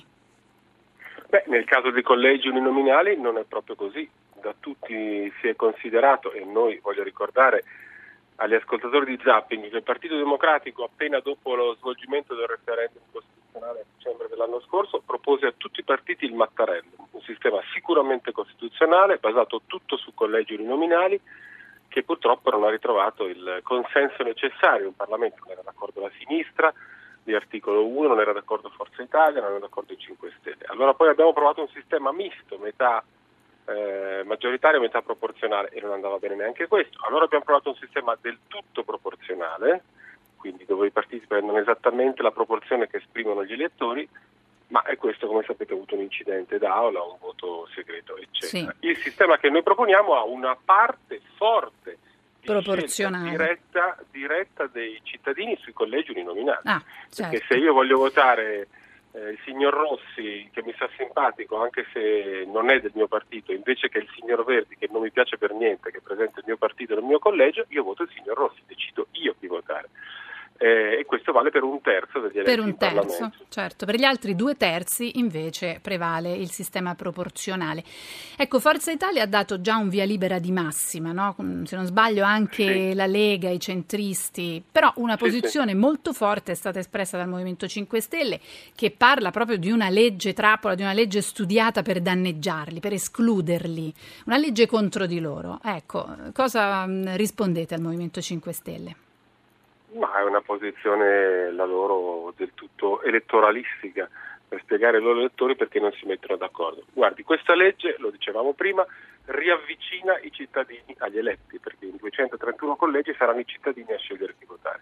Beh, nel caso dei collegi uninominali non è proprio così. Da tutti si è considerato, e noi voglio ricordare agli ascoltatori di Zapping, che il Partito Democratico appena dopo lo svolgimento del referendum costituzionale a dicembre dell'anno scorso propose a tutti i partiti il Mattarellum, un sistema sicuramente costituzionale basato tutto su collegi uninominali che purtroppo non ha ritrovato il consenso necessario. Il Parlamento non era d'accordo la sinistra di articolo 1, non era d'accordo Forza Italia, non era d'accordo i 5 Stelle. Allora poi abbiamo provato un sistema misto, metà maggioritario, metà proporzionale, e non andava bene neanche questo. Allora abbiamo provato un sistema del tutto proporzionale, quindi dove i partiti prendono esattamente la proporzione che esprimono gli elettori, ma è questo, come sapete, ha avuto un incidente d'aula, un voto segreto, eccetera. Sì. Il sistema che noi proponiamo ha una parte forte di proporzionale diretta dei cittadini sui collegi uninominali. Certo. Perché se io voglio votare il signor Rossi, che mi sta simpatico anche se non è del mio partito, invece che il signor Verdi, che non mi piace per niente, che presenta il mio partito nel mio collegio, io voto il signor Rossi, decido io chi votare. E questo vale per 1/3 degli eletti in Parlamento. Certo, per gli altri 2/3 invece prevale il sistema proporzionale. Ecco, Forza Italia ha dato già un via libera di massima, no? Se non sbaglio anche la Lega, i centristi, però una posizione molto forte è stata espressa dal Movimento 5 Stelle, che parla proprio di una legge trappola, di una legge studiata per danneggiarli, per escluderli, una legge contro di loro. Ecco, cosa rispondete al Movimento 5 Stelle? Ma è una posizione la loro del tutto elettoralistica, per spiegare ai loro elettori perché non si mettono d'accordo. Guardi, questa legge, lo dicevamo prima, riavvicina i cittadini agli eletti, perché in 231 collegi saranno i cittadini a scegliere chi votare.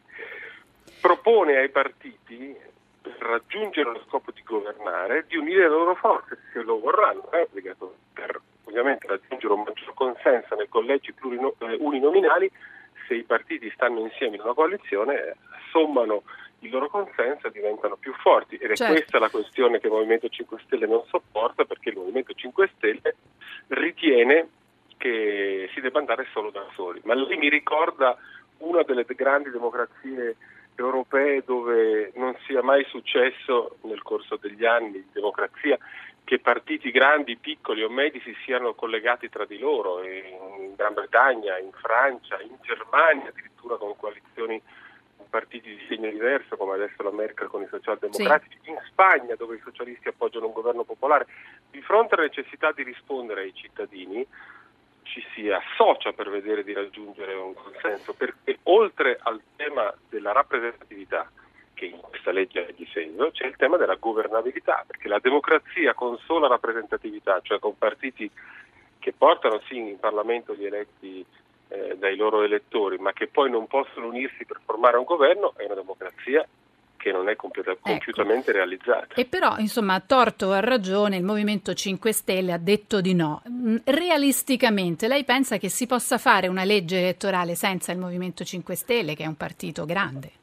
Propone ai partiti, per raggiungere lo scopo di governare, di unire le loro forze, se lo vorranno, è obbligato, per ovviamente raggiungere un maggior consenso nei collegi uninominali. Se i partiti stanno insieme in una coalizione, sommano il loro consenso e diventano più forti, ed è questa la questione che il Movimento 5 Stelle non sopporta, perché il Movimento 5 Stelle ritiene che si debba andare solo da soli. Ma lì mi ricorda una delle grandi democrazie europee dove non sia mai successo nel corso degli anni di democrazia che partiti grandi, piccoli o medi si siano collegati tra di loro, in Gran Bretagna, in Francia, in Germania, addirittura con coalizioni, partiti di segno diverso, come adesso la Merkel con i socialdemocratici, in Spagna, dove i socialisti appoggiano un governo popolare. Di fronte alla necessità di rispondere ai cittadini, ci si associa per vedere di raggiungere un consenso, perché oltre al tema della rappresentatività, che in questa legge è difeso, c'è il tema della governabilità, perché la democrazia con sola rappresentatività, cioè con partiti che portano sì in Parlamento gli eletti dai loro elettori, ma che poi non possono unirsi per formare un governo, è una democrazia che non è compiutamente realizzata. E però, insomma, a torto o a ragione, il Movimento 5 Stelle ha detto di no. Realisticamente, lei pensa che si possa fare una legge elettorale senza il Movimento 5 Stelle, che è un partito grande?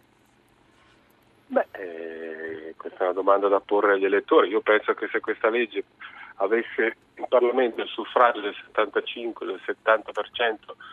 Questa è una domanda da porre agli elettori. Io penso che se questa legge avesse in Parlamento il suffragio del 75, del 70%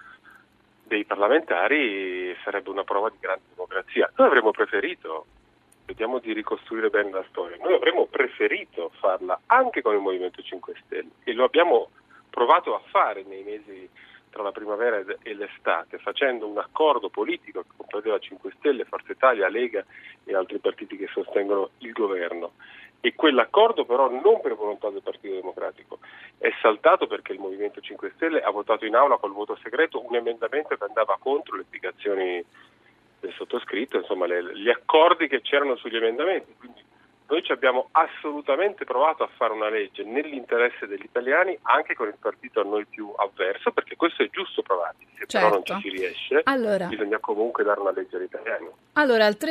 dei parlamentari, sarebbe una prova di grande democrazia. Noi avremmo preferito, vediamo di ricostruire bene la storia, noi avremmo preferito farla anche con il Movimento 5 Stelle e lo abbiamo provato a fare nei mesi tra la primavera e l'estate, facendo un accordo politico che comprendeva 5 Stelle, Forza Italia, Lega e altri partiti che sostengono il governo. E quell'accordo però non per volontà del Partito Democratico è saltato perché il Movimento 5 Stelle ha votato in aula col voto segreto un emendamento che andava contro le indicazioni del sottoscritto, insomma gli accordi che c'erano sugli emendamenti. Quindi noi ci abbiamo assolutamente provato a fare una legge nell'interesse degli italiani, anche con il partito a noi più avverso, perché questo è giusto provarci. Se però non ci si riesce, bisogna comunque dare una legge agli italiani. Allora, al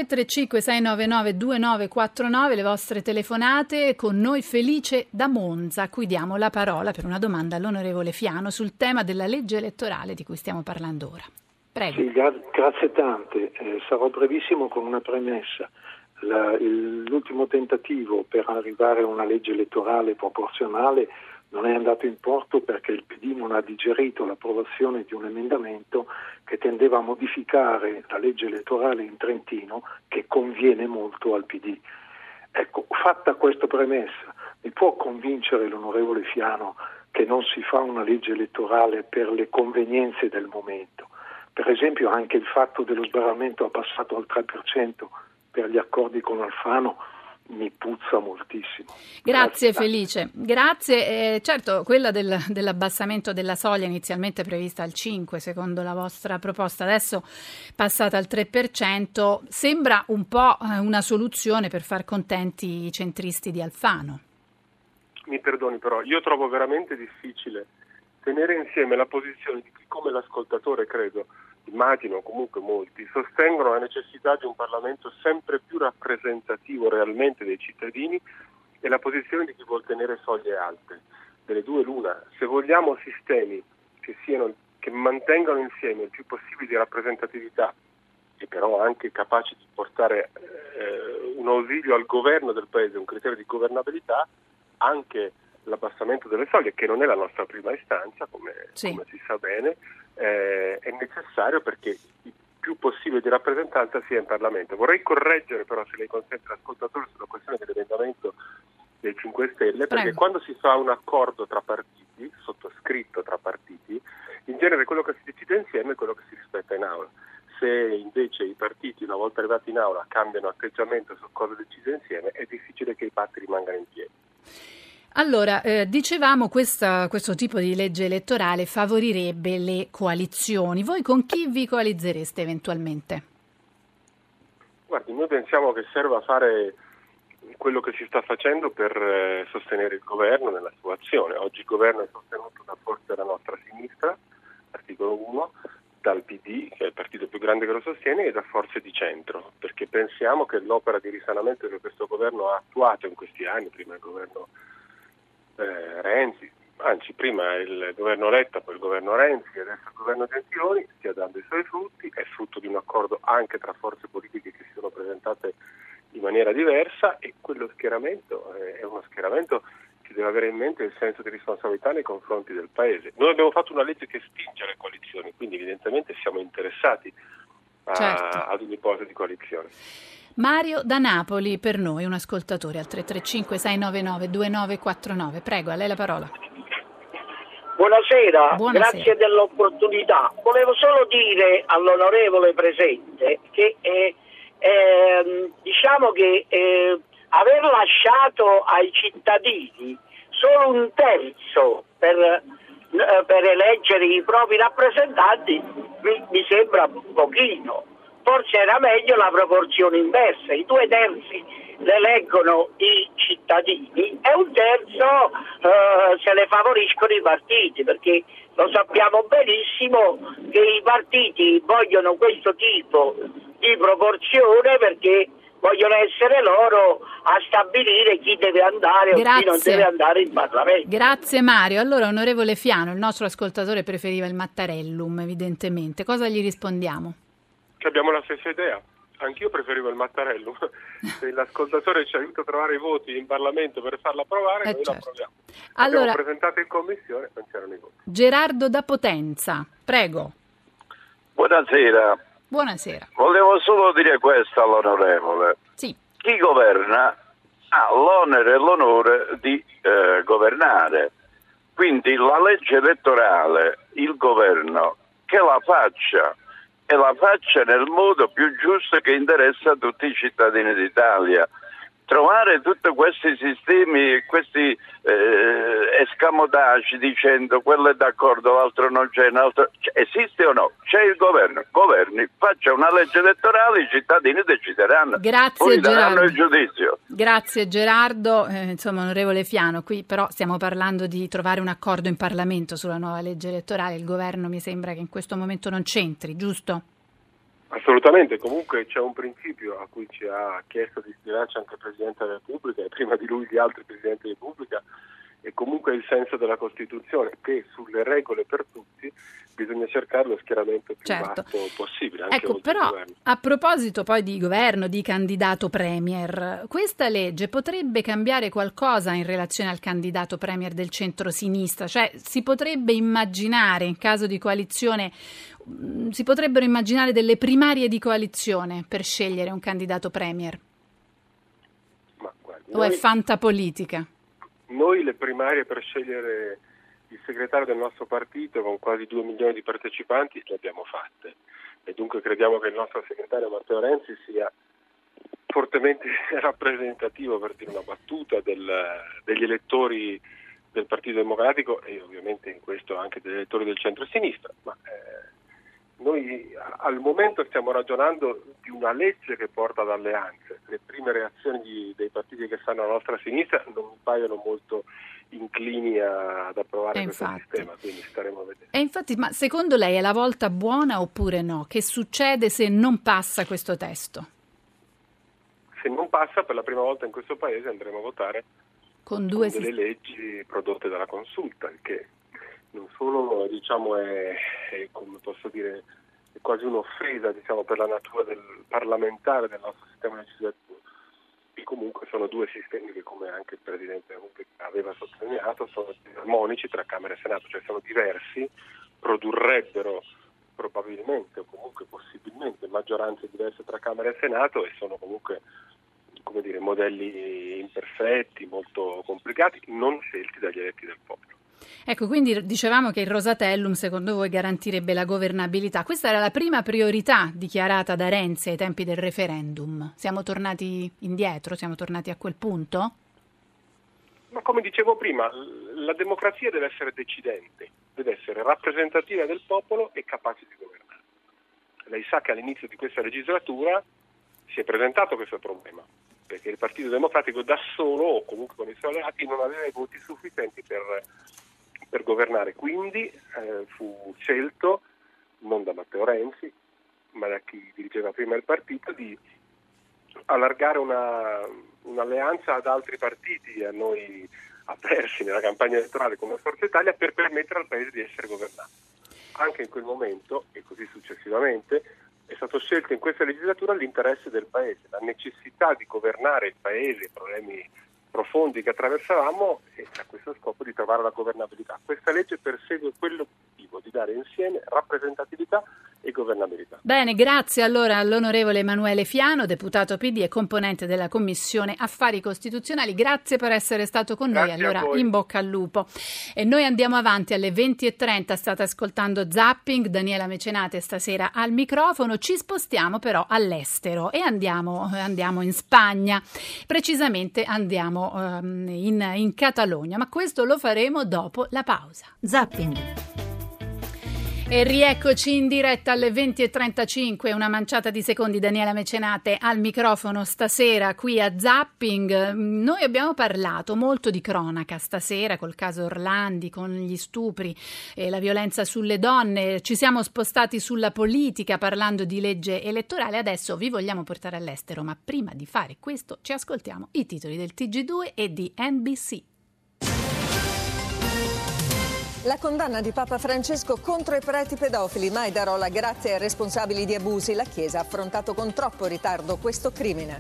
335-699-2949 le vostre telefonate, con noi Felice da Monza, a cui diamo la parola per una domanda all'onorevole Fiano sul tema della legge elettorale di cui stiamo parlando ora. Prego. Sì, grazie tante. Sarò brevissimo con una premessa. L'ultimo tentativo per arrivare a una legge elettorale proporzionale non è andato in porto perché il PD non ha digerito l'approvazione di un emendamento che tendeva a modificare la legge elettorale in Trentino, che conviene molto al PD. Ecco, fatta questa premessa, mi può convincere l'onorevole Fiano che non si fa una legge elettorale per le convenienze del momento? Per esempio anche il fatto dello sbarramento abbassato al 3% per gli accordi con Alfano mi puzza moltissimo. Grazie Felice, grazie. Certo, quella dell'abbassamento della soglia inizialmente prevista al 5 secondo la vostra proposta, adesso passata al 3%, sembra un po' una soluzione per far contenti i centristi di Alfano. Mi perdoni però, io trovo veramente difficile tenere insieme la posizione di chi, come l'ascoltatore credo, immagino comunque molti, sostengono la necessità di un Parlamento sempre più rappresentativo realmente dei cittadini e la posizione di chi vuol tenere soglie alte. Delle due l'una, se vogliamo sistemi che mantengano insieme il più possibile di rappresentatività e però anche capaci di portare un ausilio al governo del Paese, un criterio di governabilità, anche l'abbassamento delle soglie, che non è la nostra prima istanza, come si sa bene, è necessario perché il più possibile di rappresentanza sia in Parlamento. Vorrei correggere però, se lei consente, l'ascoltatore sulla questione dell'emendamento dei 5 Stelle, perché quando si fa un accordo tra partiti, sottoscritto tra partiti, in genere quello che si decide insieme è quello che si rispetta in aula. Se invece i partiti, una volta arrivati in aula, cambiano atteggiamento su cose decise insieme, è difficile che i patti rimangano in piedi. Allora, dicevamo questo tipo di legge elettorale favorirebbe le coalizioni. Voi con chi vi coalizzereste eventualmente? Guardi, noi pensiamo che serva fare quello che si sta facendo per sostenere il governo nella sua azione. Oggi il governo è sostenuto da forze della nostra sinistra, articolo 1, dal PD, che è il partito più grande che lo sostiene, e da forze di centro, perché pensiamo che l'opera di risanamento che questo governo ha attuato in questi anni, prima il governo Renzi, anzi prima il governo Letta, poi il governo Renzi e adesso il governo Gentiloni, stia dando i suoi frutti, è frutto di un accordo anche tra forze politiche che si sono presentate in maniera diversa, e quello schieramento è uno schieramento che deve avere in mente il senso di responsabilità nei confronti del Paese. Noi abbiamo fatto una legge che spinge le coalizioni, quindi evidentemente siamo interessati ad un'ipotesi di coalizione. Mario da Napoli per noi, un ascoltatore al 335-699-2949. Prego, a lei la parola. Buonasera, grazie dell'opportunità. Volevo solo dire all'onorevole presente che diciamo che aver lasciato ai cittadini solo un terzo per eleggere i propri rappresentanti mi sembra pochino. Forse era meglio la proporzione inversa, i 2/3 le eleggono i cittadini e un terzo se ne favoriscono i partiti, perché lo sappiamo benissimo che i partiti vogliono questo tipo di proporzione perché vogliono essere loro a stabilire chi deve andare o chi non deve andare in Parlamento. Grazie Mario. Allora, onorevole Fiano, il nostro ascoltatore preferiva il Mattarellum, evidentemente. Cosa gli rispondiamo? Che abbiamo la stessa idea. Anch'io preferivo il Mattarellum. Se l'ascoltatore ci aiuta a trovare i voti in Parlamento per farlo approvare, noi lo approviamo. Allora, abbiamo presentato in commissione, non c'erano i voti. Gerardo da Potenza, prego. Buonasera. Buonasera. Volevo solo dire questo all'onorevole. Sì. Chi governa ha l'onere e l'onore di governare. Quindi la legge elettorale, il governo, che la faccia e la faccia nel modo più giusto che interessa a tutti i cittadini d'Italia. Trovare tutti questi sistemi, questi escamotage dicendo quello è d'accordo, l'altro non c'è, esiste o no? C'è il governo, governi, faccia una legge elettorale, i cittadini decideranno. Grazie, poi Gerardo. daranno il giudizio. Grazie Gerardo, insomma onorevole Fiano, qui però stiamo parlando di trovare un accordo in Parlamento sulla nuova legge elettorale, il governo mi sembra che in questo momento non c'entri, giusto? Assolutamente, comunque c'è un principio a cui ci ha chiesto di ispirarci anche il Presidente della Repubblica e prima di lui gli altri Presidenti della Repubblica, e comunque il senso della Costituzione, che sulle regole per tutti bisogna cercare lo schieramento più vasto possibile. Anche ecco, però a proposito poi di governo, di candidato premier, questa legge potrebbe cambiare qualcosa in relazione al candidato premier del centro-sinistra? Cioè si potrebbe immaginare, in caso di coalizione, si potrebbero immaginare delle primarie di coalizione per scegliere un candidato premier? Ma guardi, o è fantapolitica? Noi le primarie per scegliere il segretario del nostro partito con quasi 2 milioni di partecipanti le abbiamo fatte, e dunque crediamo che il nostro segretario Matteo Renzi sia fortemente rappresentativo, per dire una battuta, degli elettori del Partito Democratico e ovviamente in questo anche degli elettori del centro-sinistra. Ma noi al momento stiamo ragionando di una legge che porta ad alleanze. Le prime reazioni dei partiti che stanno alla nostra sinistra non mi paiono molto inclini ad approvare questo sistema, quindi staremo a vedere. E infatti, ma secondo lei è la volta buona oppure no? Che succede se non passa questo testo? Se non passa, per la prima volta in questo Paese andremo a votare con delle leggi prodotte dalla Consulta, che non solo è come posso dire, è quasi un'offesa per la natura del parlamentare del nostro sistema legislativo, e comunque sono due sistemi che, come anche il Presidente aveva sottolineato, sono armonici tra Camera e Senato, cioè sono diversi, produrrebbero probabilmente o comunque possibilmente maggioranze diverse tra Camera e Senato, e sono comunque modelli imperfetti, molto complicati, non scelti dagli eletti del popolo. Ecco, quindi dicevamo che il Rosatellum secondo voi garantirebbe la governabilità. Questa era la prima priorità dichiarata da Renzi ai tempi del referendum. Siamo tornati indietro? Siamo tornati a quel punto? Ma come dicevo prima, la democrazia deve essere decidente, deve essere rappresentativa del popolo e capace di governare. Lei sa che all'inizio di questa legislatura si è presentato questo problema, perché il Partito Democratico da solo, o comunque con i suoi alleati, non aveva i voti sufficienti per governare. Quindi fu scelto, non da Matteo Renzi, ma da chi dirigeva prima il partito, di allargare un'alleanza ad altri partiti, a noi avversi nella campagna elettorale come Forza Italia, per permettere al Paese di essere governato. Anche in quel momento, e così successivamente, è stato scelto in questa legislatura l'interesse del Paese, la necessità di governare il Paese, i problemi profondi che attraversavamo, e a questo scopo di trovare la governabilità. Questa legge persegue quell'obiettivo di dare insieme rappresentatività e governabilità. Bene, grazie allora all'onorevole Emanuele Fiano, deputato PD e componente della Commissione Affari Costituzionali. Grazie per essere stato con noi, allora in bocca al lupo. E noi andiamo avanti alle 20:30, state ascoltando Zapping, Daniela Mecenate stasera al microfono. Ci spostiamo però all'estero e andiamo in Spagna, precisamente andiamo in Catalogna, ma questo lo faremo dopo la pausa. Zapping. E rieccoci in diretta alle 20:35, una manciata di secondi. Daniela Mecenate al microfono stasera qui a Zapping. Noi abbiamo parlato molto di cronaca stasera col caso Orlandi, con gli stupri e la violenza sulle donne. Ci siamo spostati sulla politica parlando di legge elettorale. Adesso vi vogliamo portare all'estero, ma prima di fare questo ci ascoltiamo i titoli del TG2 e di NBC. La condanna di Papa Francesco contro i preti pedofili. Mai darò la grazia ai responsabili di abusi. La Chiesa ha affrontato con troppo ritardo questo crimine.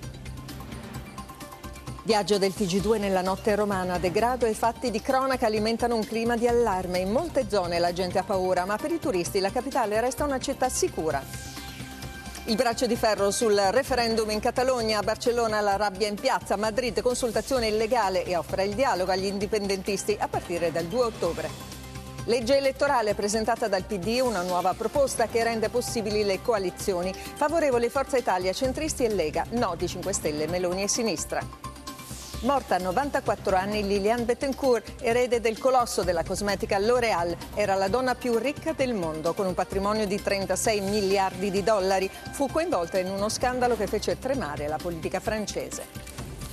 Viaggio del TG2 nella notte romana. Degrado e fatti di cronaca alimentano un clima di allarme. In molte zone la gente ha paura, ma per i turisti la capitale resta una città sicura. Il braccio di ferro sul referendum in Catalogna. A Barcellona la rabbia in piazza. Madrid consultazione illegale e offre il dialogo agli indipendentisti a partire dal 2 ottobre. Legge elettorale presentata dal PD, una nuova proposta che rende possibili le coalizioni. Favorevoli Forza Italia, centristi e Lega, no di 5 Stelle, Meloni e Sinistra. Morta a 94 anni Liliane Bettencourt, erede del colosso della cosmetica L'Oréal. Era la donna più ricca del mondo, con un patrimonio di 36 miliardi di dollari. Fu coinvolta in uno scandalo che fece tremare la politica francese.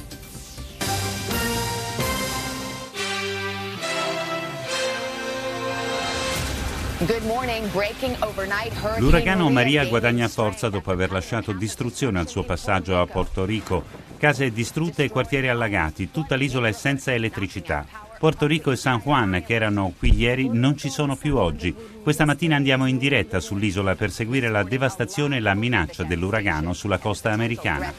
L'uragano Maria guadagna forza dopo aver lasciato distruzione al suo passaggio a Porto Rico. Case distrutte e quartieri allagati, tutta l'isola è senza elettricità. Porto Rico e San Juan, che erano qui ieri, non ci sono più oggi. Questa mattina andiamo in diretta sull'isola per seguire la devastazione e la minaccia dell'uragano sulla costa americana.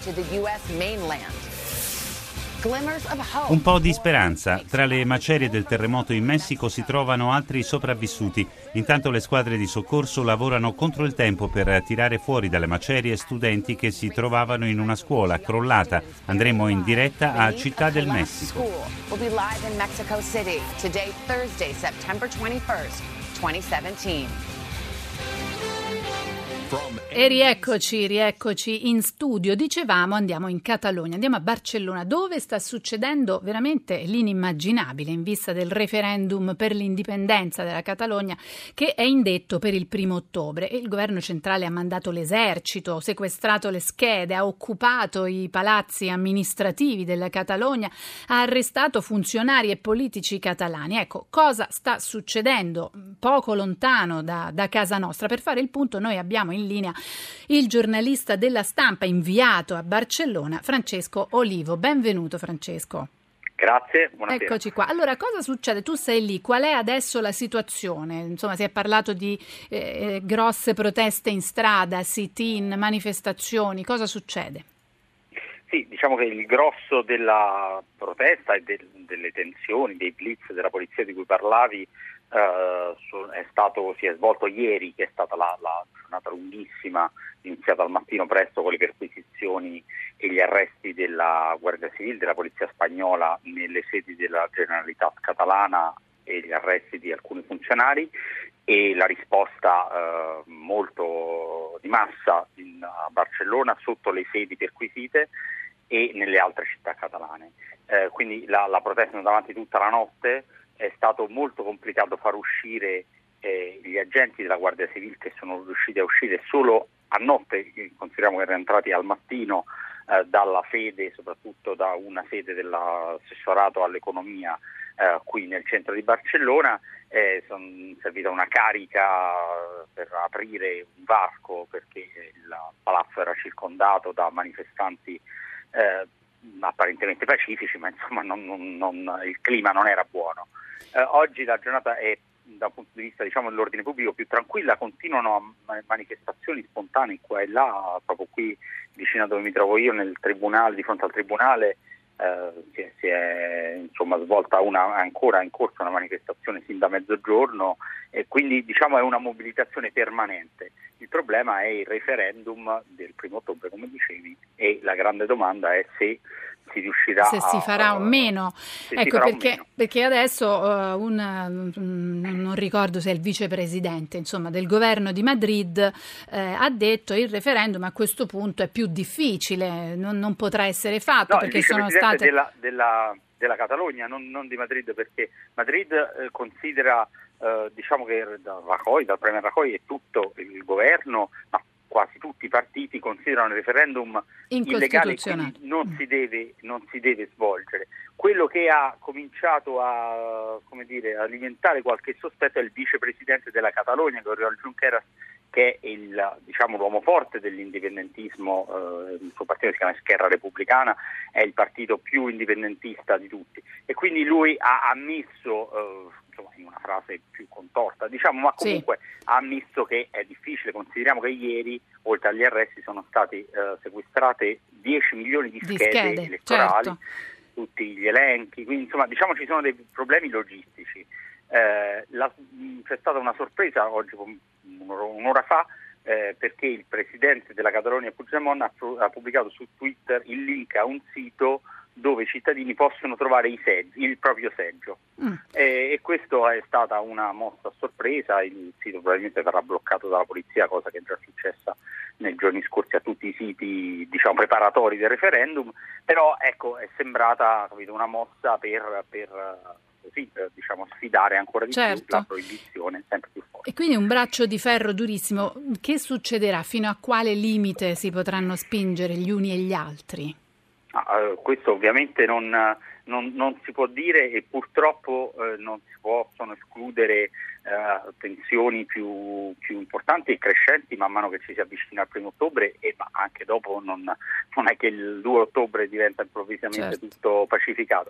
Un po' di speranza. Tra le macerie del terremoto in Messico si trovano altri sopravvissuti. Intanto le squadre di soccorso lavorano contro il tempo per tirare fuori dalle macerie studenti che si trovavano in una scuola crollata. Andremo in diretta a Città del Messico. E rieccoci in studio. Dicevamo, andiamo in Catalogna, andiamo a Barcellona, dove sta succedendo veramente l'inimmaginabile in vista del referendum per l'indipendenza della Catalogna che è indetto per il 1 ottobre. Il governo centrale ha mandato l'esercito, sequestrato le schede, ha occupato i palazzi amministrativi della Catalogna, ha arrestato funzionari e politici catalani. Ecco, cosa sta succedendo poco lontano da casa nostra? Per fare il punto noi abbiamo in linea il giornalista della Stampa inviato a Barcellona, Francesco Olivo. Benvenuto Francesco. Grazie, buonasera. Eccoci qua. Allora, cosa succede? Tu sei lì, qual è adesso la situazione? Insomma, si è parlato di grosse proteste in strada, sit-in, manifestazioni, cosa succede? Sì, diciamo che il grosso della protesta e delle tensioni, dei blitz della polizia di cui parlavi si è svolto ieri, che è stata la giornata lunghissima, iniziata al mattino presto con le perquisizioni e gli arresti della Guardia Civile, della polizia spagnola nelle sedi della Generalitat catalana e gli arresti di alcuni funzionari e la risposta molto di massa a Barcellona sotto le sedi perquisite e nelle altre città catalane. Quindi la protesta è andata avanti tutta la notte. È stato molto complicato far uscire gli agenti della Guardia Civile, che sono riusciti a uscire solo a notte. Consideriamo che erano entrati al mattino dalla sede, soprattutto da una sede dell'assessorato all'economia qui nel centro di Barcellona. Sono servita una carica per aprire un varco perché il palazzo era circondato da manifestanti apparentemente pacifici, ma insomma il clima non era buono. Oggi la giornata è, da un punto di vista dell'ordine pubblico, più tranquilla. Continuano manifestazioni spontanee qua e là, proprio qui vicino a dove mi trovo io, nel tribunale, di fronte al tribunale si è svolta ancora in corso una manifestazione sin da mezzogiorno e quindi è una mobilitazione permanente. Il problema è il referendum del 1 ottobre, come dicevi, e la grande domanda è se si riuscirà se si farà o meno. Ecco, perché adesso non ricordo se è il vicepresidente del governo di Madrid ha detto il referendum a questo punto è più difficile, non potrà essere fatto, perché sono state della Catalogna, non di Madrid, perché Madrid considera diciamo che dal Premier Rajoy e tutto il governo, ma quasi tutti i partiti considerano il referendum illegale, quindi non si deve svolgere. Quello che ha cominciato a alimentare qualche sospetto è il vicepresidente della Catalogna, Oriol Junqueras, che è l'uomo forte dell'indipendentismo. Il suo partito si chiama Esquerra Republicana, è il partito più indipendentista di tutti, e quindi lui ha ammesso, in una frase più contorta, ma comunque ha ammesso che è difficile. Consideriamo che ieri, oltre agli arresti, sono state sequestrate 10 milioni di schede elettorali, certo, tutti gli elenchi, quindi ci sono dei problemi logistici. C'è stata una sorpresa oggi, un'ora fa, perché il presidente della Catalogna, Puigdemont, ha pubblicato su Twitter il link a un sito dove i cittadini possono trovare il proprio seggio. E questo è stata una mossa a sorpresa. Il sito probabilmente verrà bloccato dalla polizia, cosa che è già successa nei giorni scorsi a tutti i siti preparatori del referendum, però ecco, è sembrata una mossa per sfidare ancora di più la proibizione sempre più forte. E quindi un braccio di ferro durissimo. Che succederà? Fino a quale limite si potranno spingere gli uni e gli altri? Questo ovviamente non si può dire, e purtroppo non si possono escludere tensioni più importanti e crescenti man mano che ci si avvicina al 1 ottobre, ma anche dopo non è che il 2 ottobre diventa improvvisamente tutto pacificato.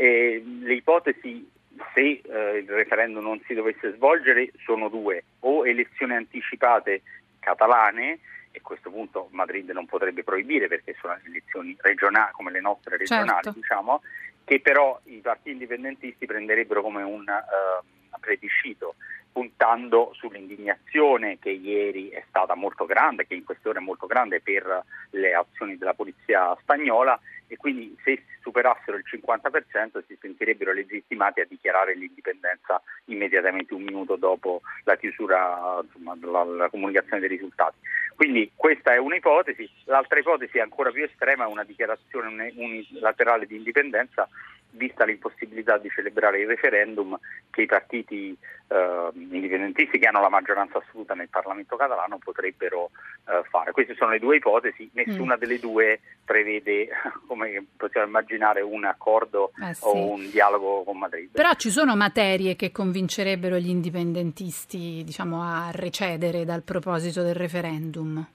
Le ipotesi, se il referendum non si dovesse svolgere, sono due: o elezioni anticipate catalane, e a questo punto Madrid non potrebbe proibire perché sono elezioni regionali come le nostre regionali, che però i partiti indipendentisti prenderebbero come un plebiscito, puntando sull'indignazione che ieri è stata molto grande, che in queste ore è molto grande per le azioni della polizia spagnola, e quindi se superassero il 50% si sentirebbero legittimati a dichiarare l'indipendenza immediatamente, un minuto dopo la chiusura, la comunicazione dei risultati. Quindi questa è un'ipotesi. L'altra ipotesi, ancora più estrema, è una dichiarazione unilaterale di indipendenza, vista l'impossibilità di celebrare il referendum che i partiti indipendentisti, che hanno la maggioranza assoluta nel Parlamento catalano, potrebbero fare. Queste sono le due ipotesi. Nessuna delle due prevede, come possiamo immaginare, un accordo o un dialogo con Madrid. Però ci sono materie che convincerebbero gli indipendentisti, a recedere dal proposito del referendum,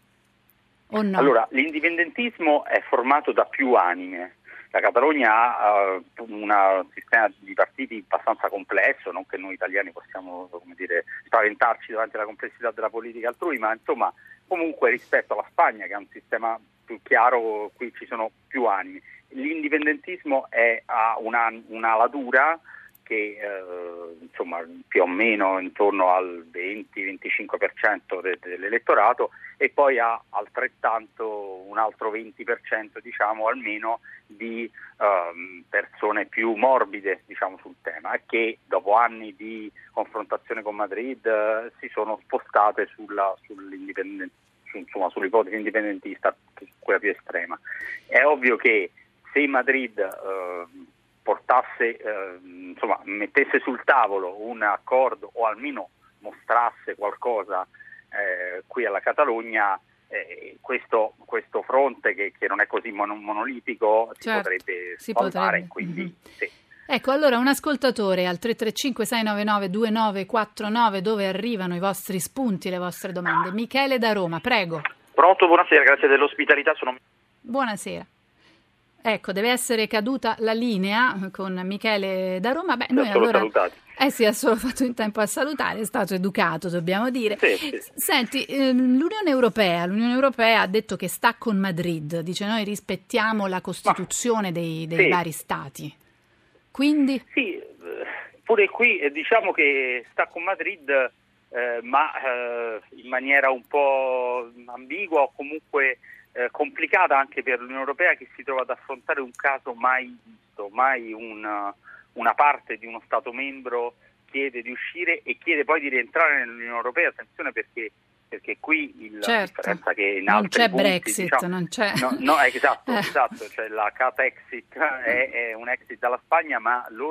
o no? Allora, l'indipendentismo è formato da più anime. La Catalogna ha un sistema di partiti abbastanza complesso, non che noi italiani possiamo spaventarci davanti alla complessità della politica altrui, ma comunque rispetto alla Spagna, che ha un sistema più chiaro, qui ci sono più anime. L'indipendentismo ha un'ala dura che più o meno intorno al 20-25% dell'elettorato, e poi ha altrettanto un altro 20% almeno di persone più morbide sul tema, e che dopo anni di confrontazione con Madrid si sono spostate sull'ipotesi indipendentista, quella più estrema. È ovvio che se Madrid mettesse sul tavolo un accordo, o almeno mostrasse qualcosa qui alla Catalogna, questo fronte che non è così monolitico si potrebbe sfaldare. Quindi sì. Ecco, allora un ascoltatore al 335-699-2949, dove arrivano i vostri spunti, le vostre domande. Michele da Roma, prego. Pronto, buonasera, grazie dell'ospitalità. Buonasera. Ecco, deve essere caduta la linea con Michele da Roma. Noi allora salutati. Sì, ha solo fatto in tempo a salutare, è stato educato, dobbiamo dire. Sì. Senti, l'Unione Europea ha detto che sta con Madrid, dice: noi rispettiamo la Costituzione dei vari stati. Quindi? Sì, pure qui diciamo che sta con Madrid, ma in maniera un po' ambigua, o comunque complicata anche per l'Unione Europea, che si trova ad affrontare un caso mai visto, mai una parte di uno Stato membro chiede di uscire e chiede poi di rientrare nell'Unione Europea. Attenzione, perché qui la differenza che in altri non c'è punti, Brexit, non c'è. Esatto, cioè la cat exit è un exit dalla Spagna, ma loro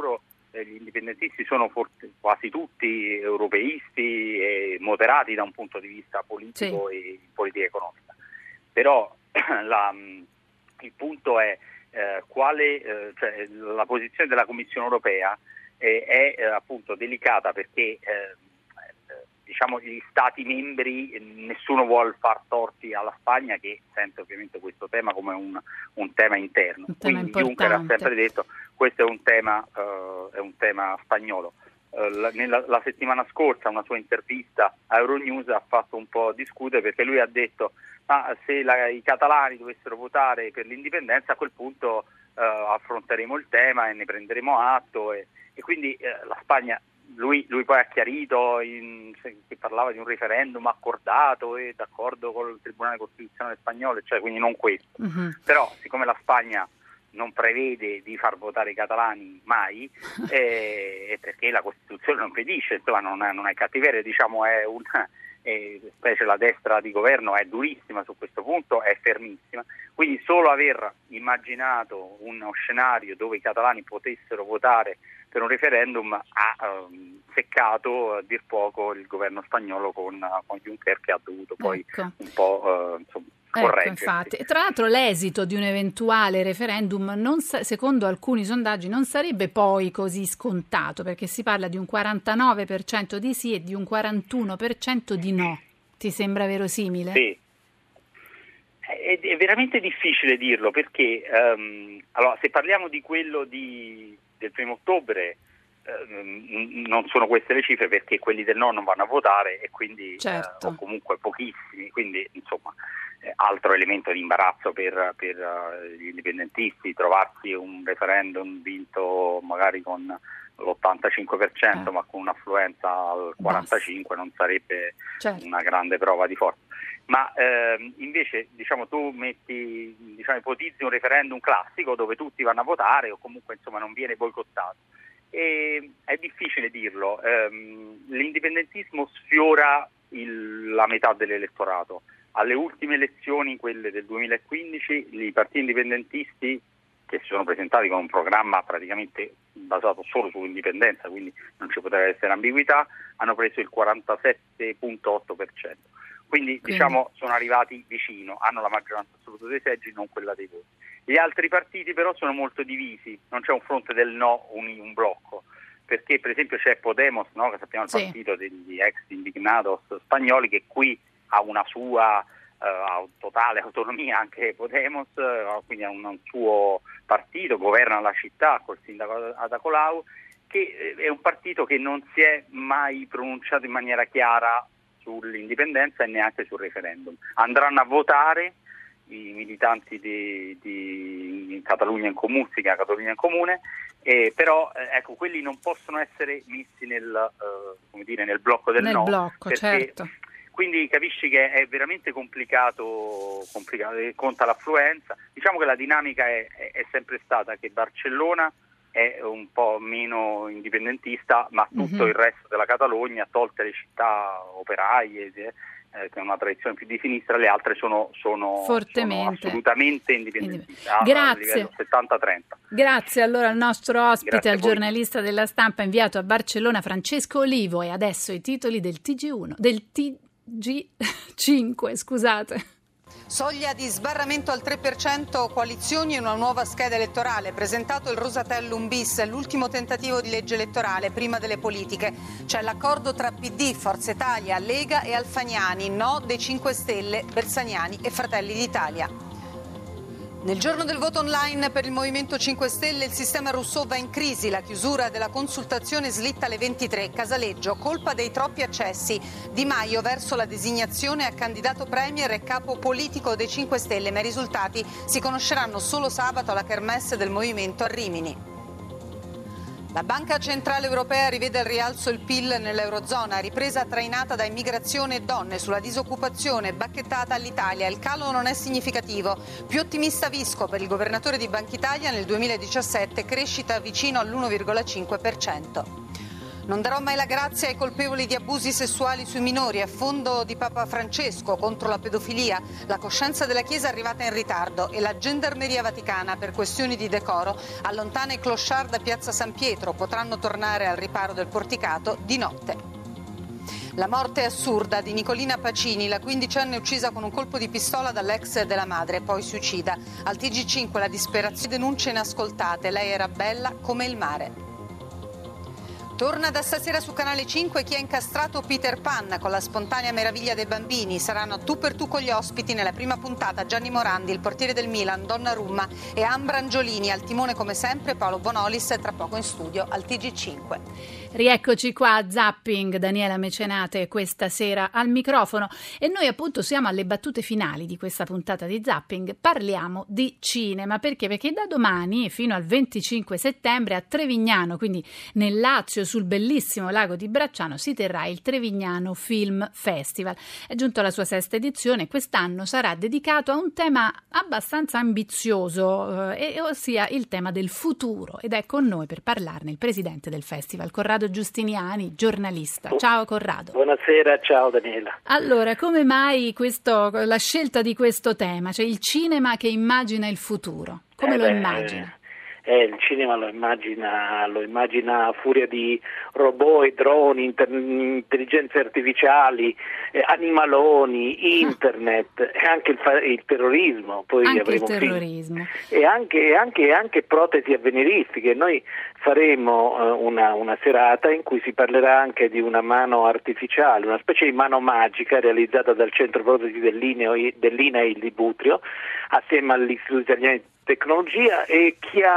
gli indipendentisti sono quasi tutti europeisti e moderati da un punto di vista politico e politica economica. Però il punto è cioè, la posizione della Commissione europea è appunto delicata, perché diciamo gli Stati membri, nessuno vuole far torti alla Spagna, che sente ovviamente questo tema come un tema interno. Quindi Juncker ha sempre detto questo è un tema spagnolo. La settimana scorsa una sua intervista a Euronews ha fatto un po' discutere, perché lui ha detto se i catalani dovessero votare per l'indipendenza, a quel punto affronteremo il tema e ne prenderemo atto, e quindi la Spagna, lui poi ha chiarito che parlava di un referendum accordato e d'accordo con il Tribunale Costituzionale spagnolo, cioè, quindi non questo. Però siccome la Spagna non prevede di far votare i catalani mai, perché la Costituzione non impedisce, insomma non è cattiveria, diciamo, è specie la destra di governo è durissima su questo punto, è fermissima, quindi solo aver immaginato uno scenario dove i catalani potessero votare per un referendum ha seccato a dir poco il governo spagnolo con Juncker, che ha dovuto poi un po' correggere. Infatti. Tra l'altro l'esito di un eventuale referendum secondo alcuni sondaggi non sarebbe poi così scontato, perché si parla di un 49% di sì e di un 41% di no. Ti sembra verosimile? Sì. È veramente difficile dirlo, perché allora, se parliamo di quello del 1° ottobre, non sono queste le cifre, perché quelli del no non vanno a votare e quindi o comunque pochissimi, quindi insomma altro elemento di imbarazzo per gli indipendentisti, trovarsi un referendum vinto magari con l'85% ma con un'affluenza al 45% non sarebbe una grande prova di forza. Ma invece diciamo tu ipotizzi un referendum classico dove tutti vanno a votare o comunque insomma non viene boicottato. E è difficile dirlo, l'indipendentismo sfiora la metà dell'elettorato. Alle ultime elezioni, quelle del 2015, i partiti indipendentisti, che si sono presentati con un programma praticamente basato solo sull'indipendenza, quindi non ci poteva essere ambiguità, hanno preso il 47,8%. Quindi diciamo sono arrivati vicino, hanno la maggioranza assoluta dei seggi, non quella dei voti. Gli altri partiti però sono molto divisi, non c'è un fronte del no, un blocco, perché per esempio c'è Podemos, no, che sappiamo il partito degli ex indignados spagnoli, che qui ha una sua totale autonomia, anche Podemos, quindi ha un suo partito, governa la città col sindaco Ada Colau, che è un partito che non si è mai pronunciato in maniera chiara sull'indipendenza e neanche sul referendum. Andranno a votare i militanti di Catalogna in Comune, si chiama Catalogna in Comune, però ecco, quelli non possono essere messi nel blocco del no, blocco, perché, certo. Quindi capisci che è veramente complicato, conta l'affluenza. Diciamo che la dinamica è sempre stata che Barcellona è un po' meno indipendentista, ma tutto il resto della Catalogna, tolte le città operaie, che è una tradizione più di sinistra, le altre sono assolutamente indipendentisti. Grazie. 70-30. Grazie allora al nostro ospite, al giornalista della Stampa inviato a Barcellona, Francesco Olivo. E adesso i titoli del TG1, del TG5, scusate. Soglia di sbarramento al 3%, coalizioni e una nuova scheda elettorale. Presentato il Rosatellum bis, l'ultimo tentativo di legge elettorale prima delle politiche. C'è l'accordo tra PD, Forza Italia, Lega e Alfagnani, no dei 5 Stelle, Bersaniani e Fratelli d'Italia. Nel giorno del voto online per il Movimento 5 Stelle il sistema Rousseau va in crisi, la chiusura della consultazione slitta alle 23, Casaleggio, colpa dei troppi accessi, Di Maio verso la designazione a candidato premier e capo politico dei 5 Stelle, ma i risultati si conosceranno solo sabato alla kermesse del Movimento a Rimini. La Banca Centrale Europea rivede al rialzo il PIL nell'Eurozona, ripresa trainata da immigrazione e donne. Sulla disoccupazione bacchettata all'Italia, il calo non è significativo. Più ottimista Visco, per il governatore di Banca Italia nel 2017 crescita vicino all'1,5%. Non darò mai la grazia ai colpevoli di abusi sessuali sui minori. Affondo di Papa Francesco contro la pedofilia. La coscienza della Chiesa è arrivata in ritardo e la Gendarmeria Vaticana, per questioni di decoro, allontana i clochard da Piazza San Pietro. Potranno tornare al riparo del porticato di notte. La morte assurda di Nicolina Pacini, la 15enne uccisa con un colpo di pistola dall'ex della madre, poi suicida. Al TG5 la disperazione, denunce inascoltate. Lei era bella come il mare. Torna da stasera su Canale 5 Chi ha incastrato Peter Pan, con la spontanea meraviglia dei bambini. Saranno tu per tu con gli ospiti. Nella prima puntata Gianni Morandi, il portiere del Milan, Donnarumma e Ambra Angiolini. Al timone come sempre Paolo Bonolis, tra poco in studio al TG5. Rieccoci qua a Zapping, Daniela Mecenate questa sera al microfono e noi appunto siamo alle battute finali di questa puntata di Zapping. Parliamo di cinema, perché da domani fino al 25 settembre a Trevignano, quindi nel Lazio, sul bellissimo lago di Bracciano, si terrà il Trevignano Film Festival. È giunto alla sua 6ª edizione, quest'anno sarà dedicato a un tema abbastanza ambizioso, ossia il tema del futuro, ed è con noi per parlarne il presidente del festival, Corrado Giustiniani, giornalista. Ciao Corrado. Buonasera, ciao Daniela. Allora, come mai la scelta di questo tema, cioè il cinema che immagina il futuro? Come lo immagina? Il cinema lo immagina a furia di robot e droni, intelligenze artificiali, animaloni, internet e anche il terrorismo. Poi anche avremo il terrorismo. E anche protesi avveniristiche. Noi faremo una serata in cui si parlerà anche di una mano artificiale, una specie di mano magica realizzata dal centro protesi dell'INAIL di Butrio, assieme all'Istituto Italiano di Tecnologia, e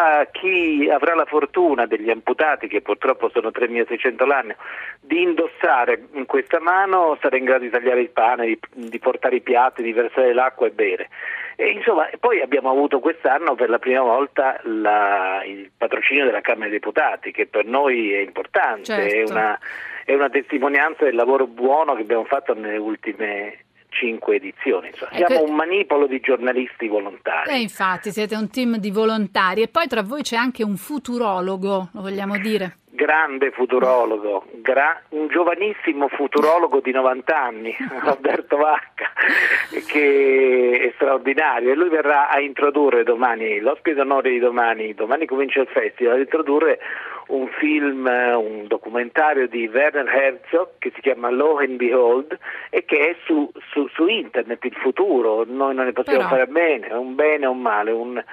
chi avrà la fortuna degli amputati, che purtroppo sono 3.600 l'anno, di indossare in questa mano sarà in grado di tagliare il pane, di portare i piatti, di versare l'acqua e bere. E insomma, poi abbiamo avuto quest'anno per la prima volta il patrocinio della Camera dei Deputati, che per noi è importante, certo. È una testimonianza del lavoro buono che abbiamo fatto nelle ultime 5 edizioni. Siamo un manipolo di giornalisti volontari. Infatti siete un team di volontari, e poi tra voi c'è anche un futurologo, lo vogliamo dire? Grande futurologo, un giovanissimo futurologo di 90 anni, Roberto Vacca, che è straordinario, e lui verrà a introdurre domani, l'ospite d'onore di domani comincia il festival, a introdurre un film, un documentario di Werner Herzog che si chiama Lo and Behold, e che è su internet, il futuro. Noi non ne possiamo fare a meno, è un bene o un male,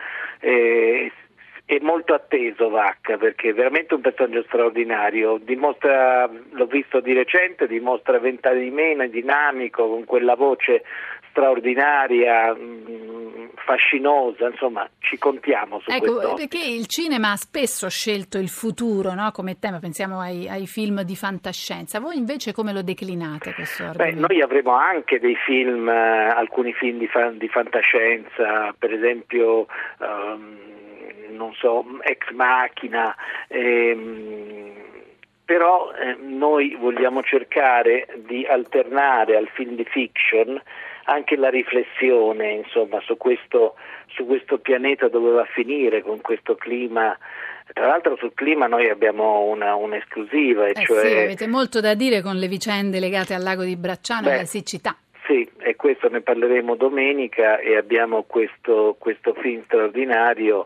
è molto atteso Vacca, perché è veramente un personaggio straordinario, l'ho visto di recente, dimostra 20 anni di meno, è dinamico, con quella voce straordinaria, fascinosa, insomma ci contiamo su questo. Perché il cinema ha spesso scelto il futuro, no? Come tema, pensiamo ai film di fantascienza. Voi invece come lo declinate questo argomento? Noi avremo anche dei film, alcuni film di fantascienza, per esempio Ex Machina, però noi vogliamo cercare di alternare al film di fiction anche la riflessione, insomma, su questo pianeta dove va a finire con questo clima. Tra l'altro sul clima noi abbiamo un'esclusiva, e cioè sì, avete molto da dire con le vicende legate al lago di Bracciano e alla siccità. Sì, e questo ne parleremo domenica, e abbiamo questo film straordinario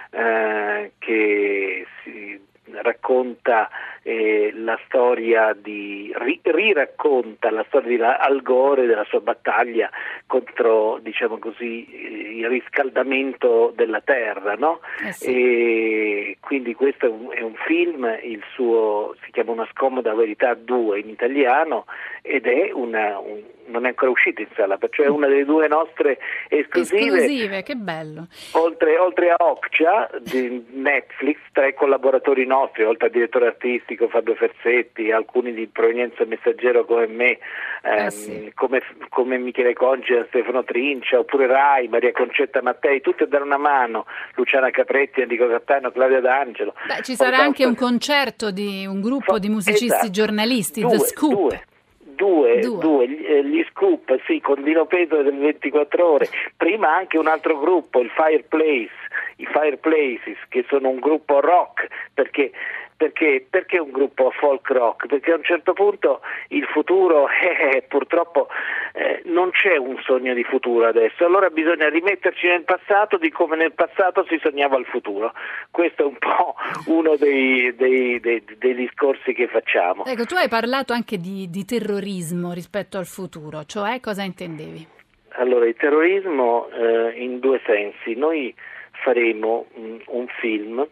che si racconta la storia riracconta la storia di Al Gore, della sua battaglia contro, diciamo così, il riscaldamento della terra, no? Sì. E quindi questo è un film, il suo si chiama Una scomoda verità 2 in italiano, ed è non è ancora uscito in sala, cioè una delle 2 nostre esclusive, che bello. Oltre a Okja di Netflix, 3 collaboratori nostri, oltre al direttore artistico Fabio Ferzetti, alcuni di provenienza Messaggero come me, sì. come Michele Congia, Stefano Trincia, oppure Rai, Maria Concetta Mattei, tutti a dare una mano, Luciana Capretti, Enrico Cattano, Claudia D'Angelo. Ci sarà anche un concerto di un gruppo di musicisti giornalisti, The Scoop. Due, gli Scoop, sì, con Dino Pedro del 24 ore, prima anche un altro gruppo, i Fireplaces, che sono un gruppo rock, perché perché un gruppo folk rock? Perché a un certo punto il futuro purtroppo non c'è un sogno di futuro adesso, allora bisogna rimetterci nel passato di come nel passato si sognava il futuro. Questo è un po' uno dei discorsi che facciamo. Ecco, tu hai parlato anche di terrorismo rispetto al futuro, cioè cosa intendevi? Allora, il terrorismo in due sensi. Noi faremo un film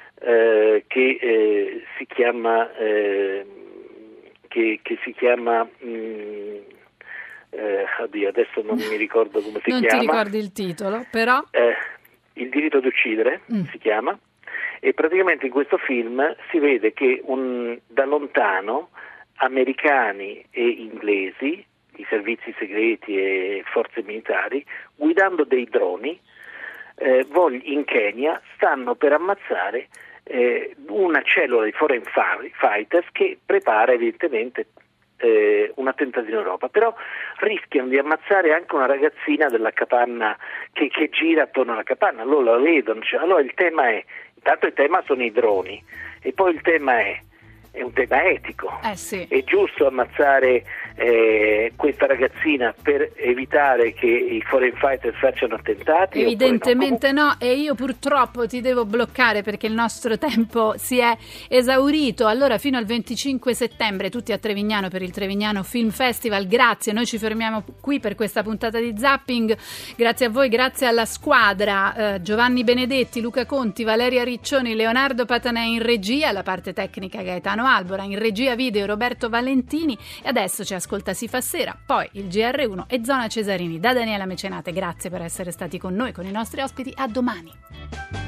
che si chiama oddio, adesso non mi ricordo come si chiama. Non ti ricordi il titolo, però? Il diritto d'uccidere si chiama, e praticamente in questo film si vede che da lontano americani e inglesi, i servizi segreti e forze militari, guidando dei droni in Kenya, stanno per ammazzare una cellula di foreign fighters che prepara evidentemente un attentato in Europa, però rischiano di ammazzare anche una ragazzina della capanna che gira attorno alla capanna. Allora la vedono, allora il tema è, intanto il tema sono i droni, e poi il tema è un tema etico. Sì. È giusto ammazzare questa ragazzina per evitare che i foreign fighters facciano attentati? Evidentemente no, e io purtroppo ti devo bloccare perché il nostro tempo si è esaurito. Allora fino al 25 settembre tutti a Trevignano per il Trevignano Film Festival. Grazie, noi ci fermiamo qui per questa puntata di Zapping. Grazie a voi, grazie alla squadra, Giovanni Benedetti, Luca Conti, Valeria Riccioni, Leonardo Patanè in regia, la parte tecnica Gaetano Albora, in regia video Roberto Valentini, e adesso ci ascolta Si fa sera, poi il GR1 e Zona Cesarini. Da Daniela Mecenate, grazie per essere stati con noi, con i nostri ospiti, a domani.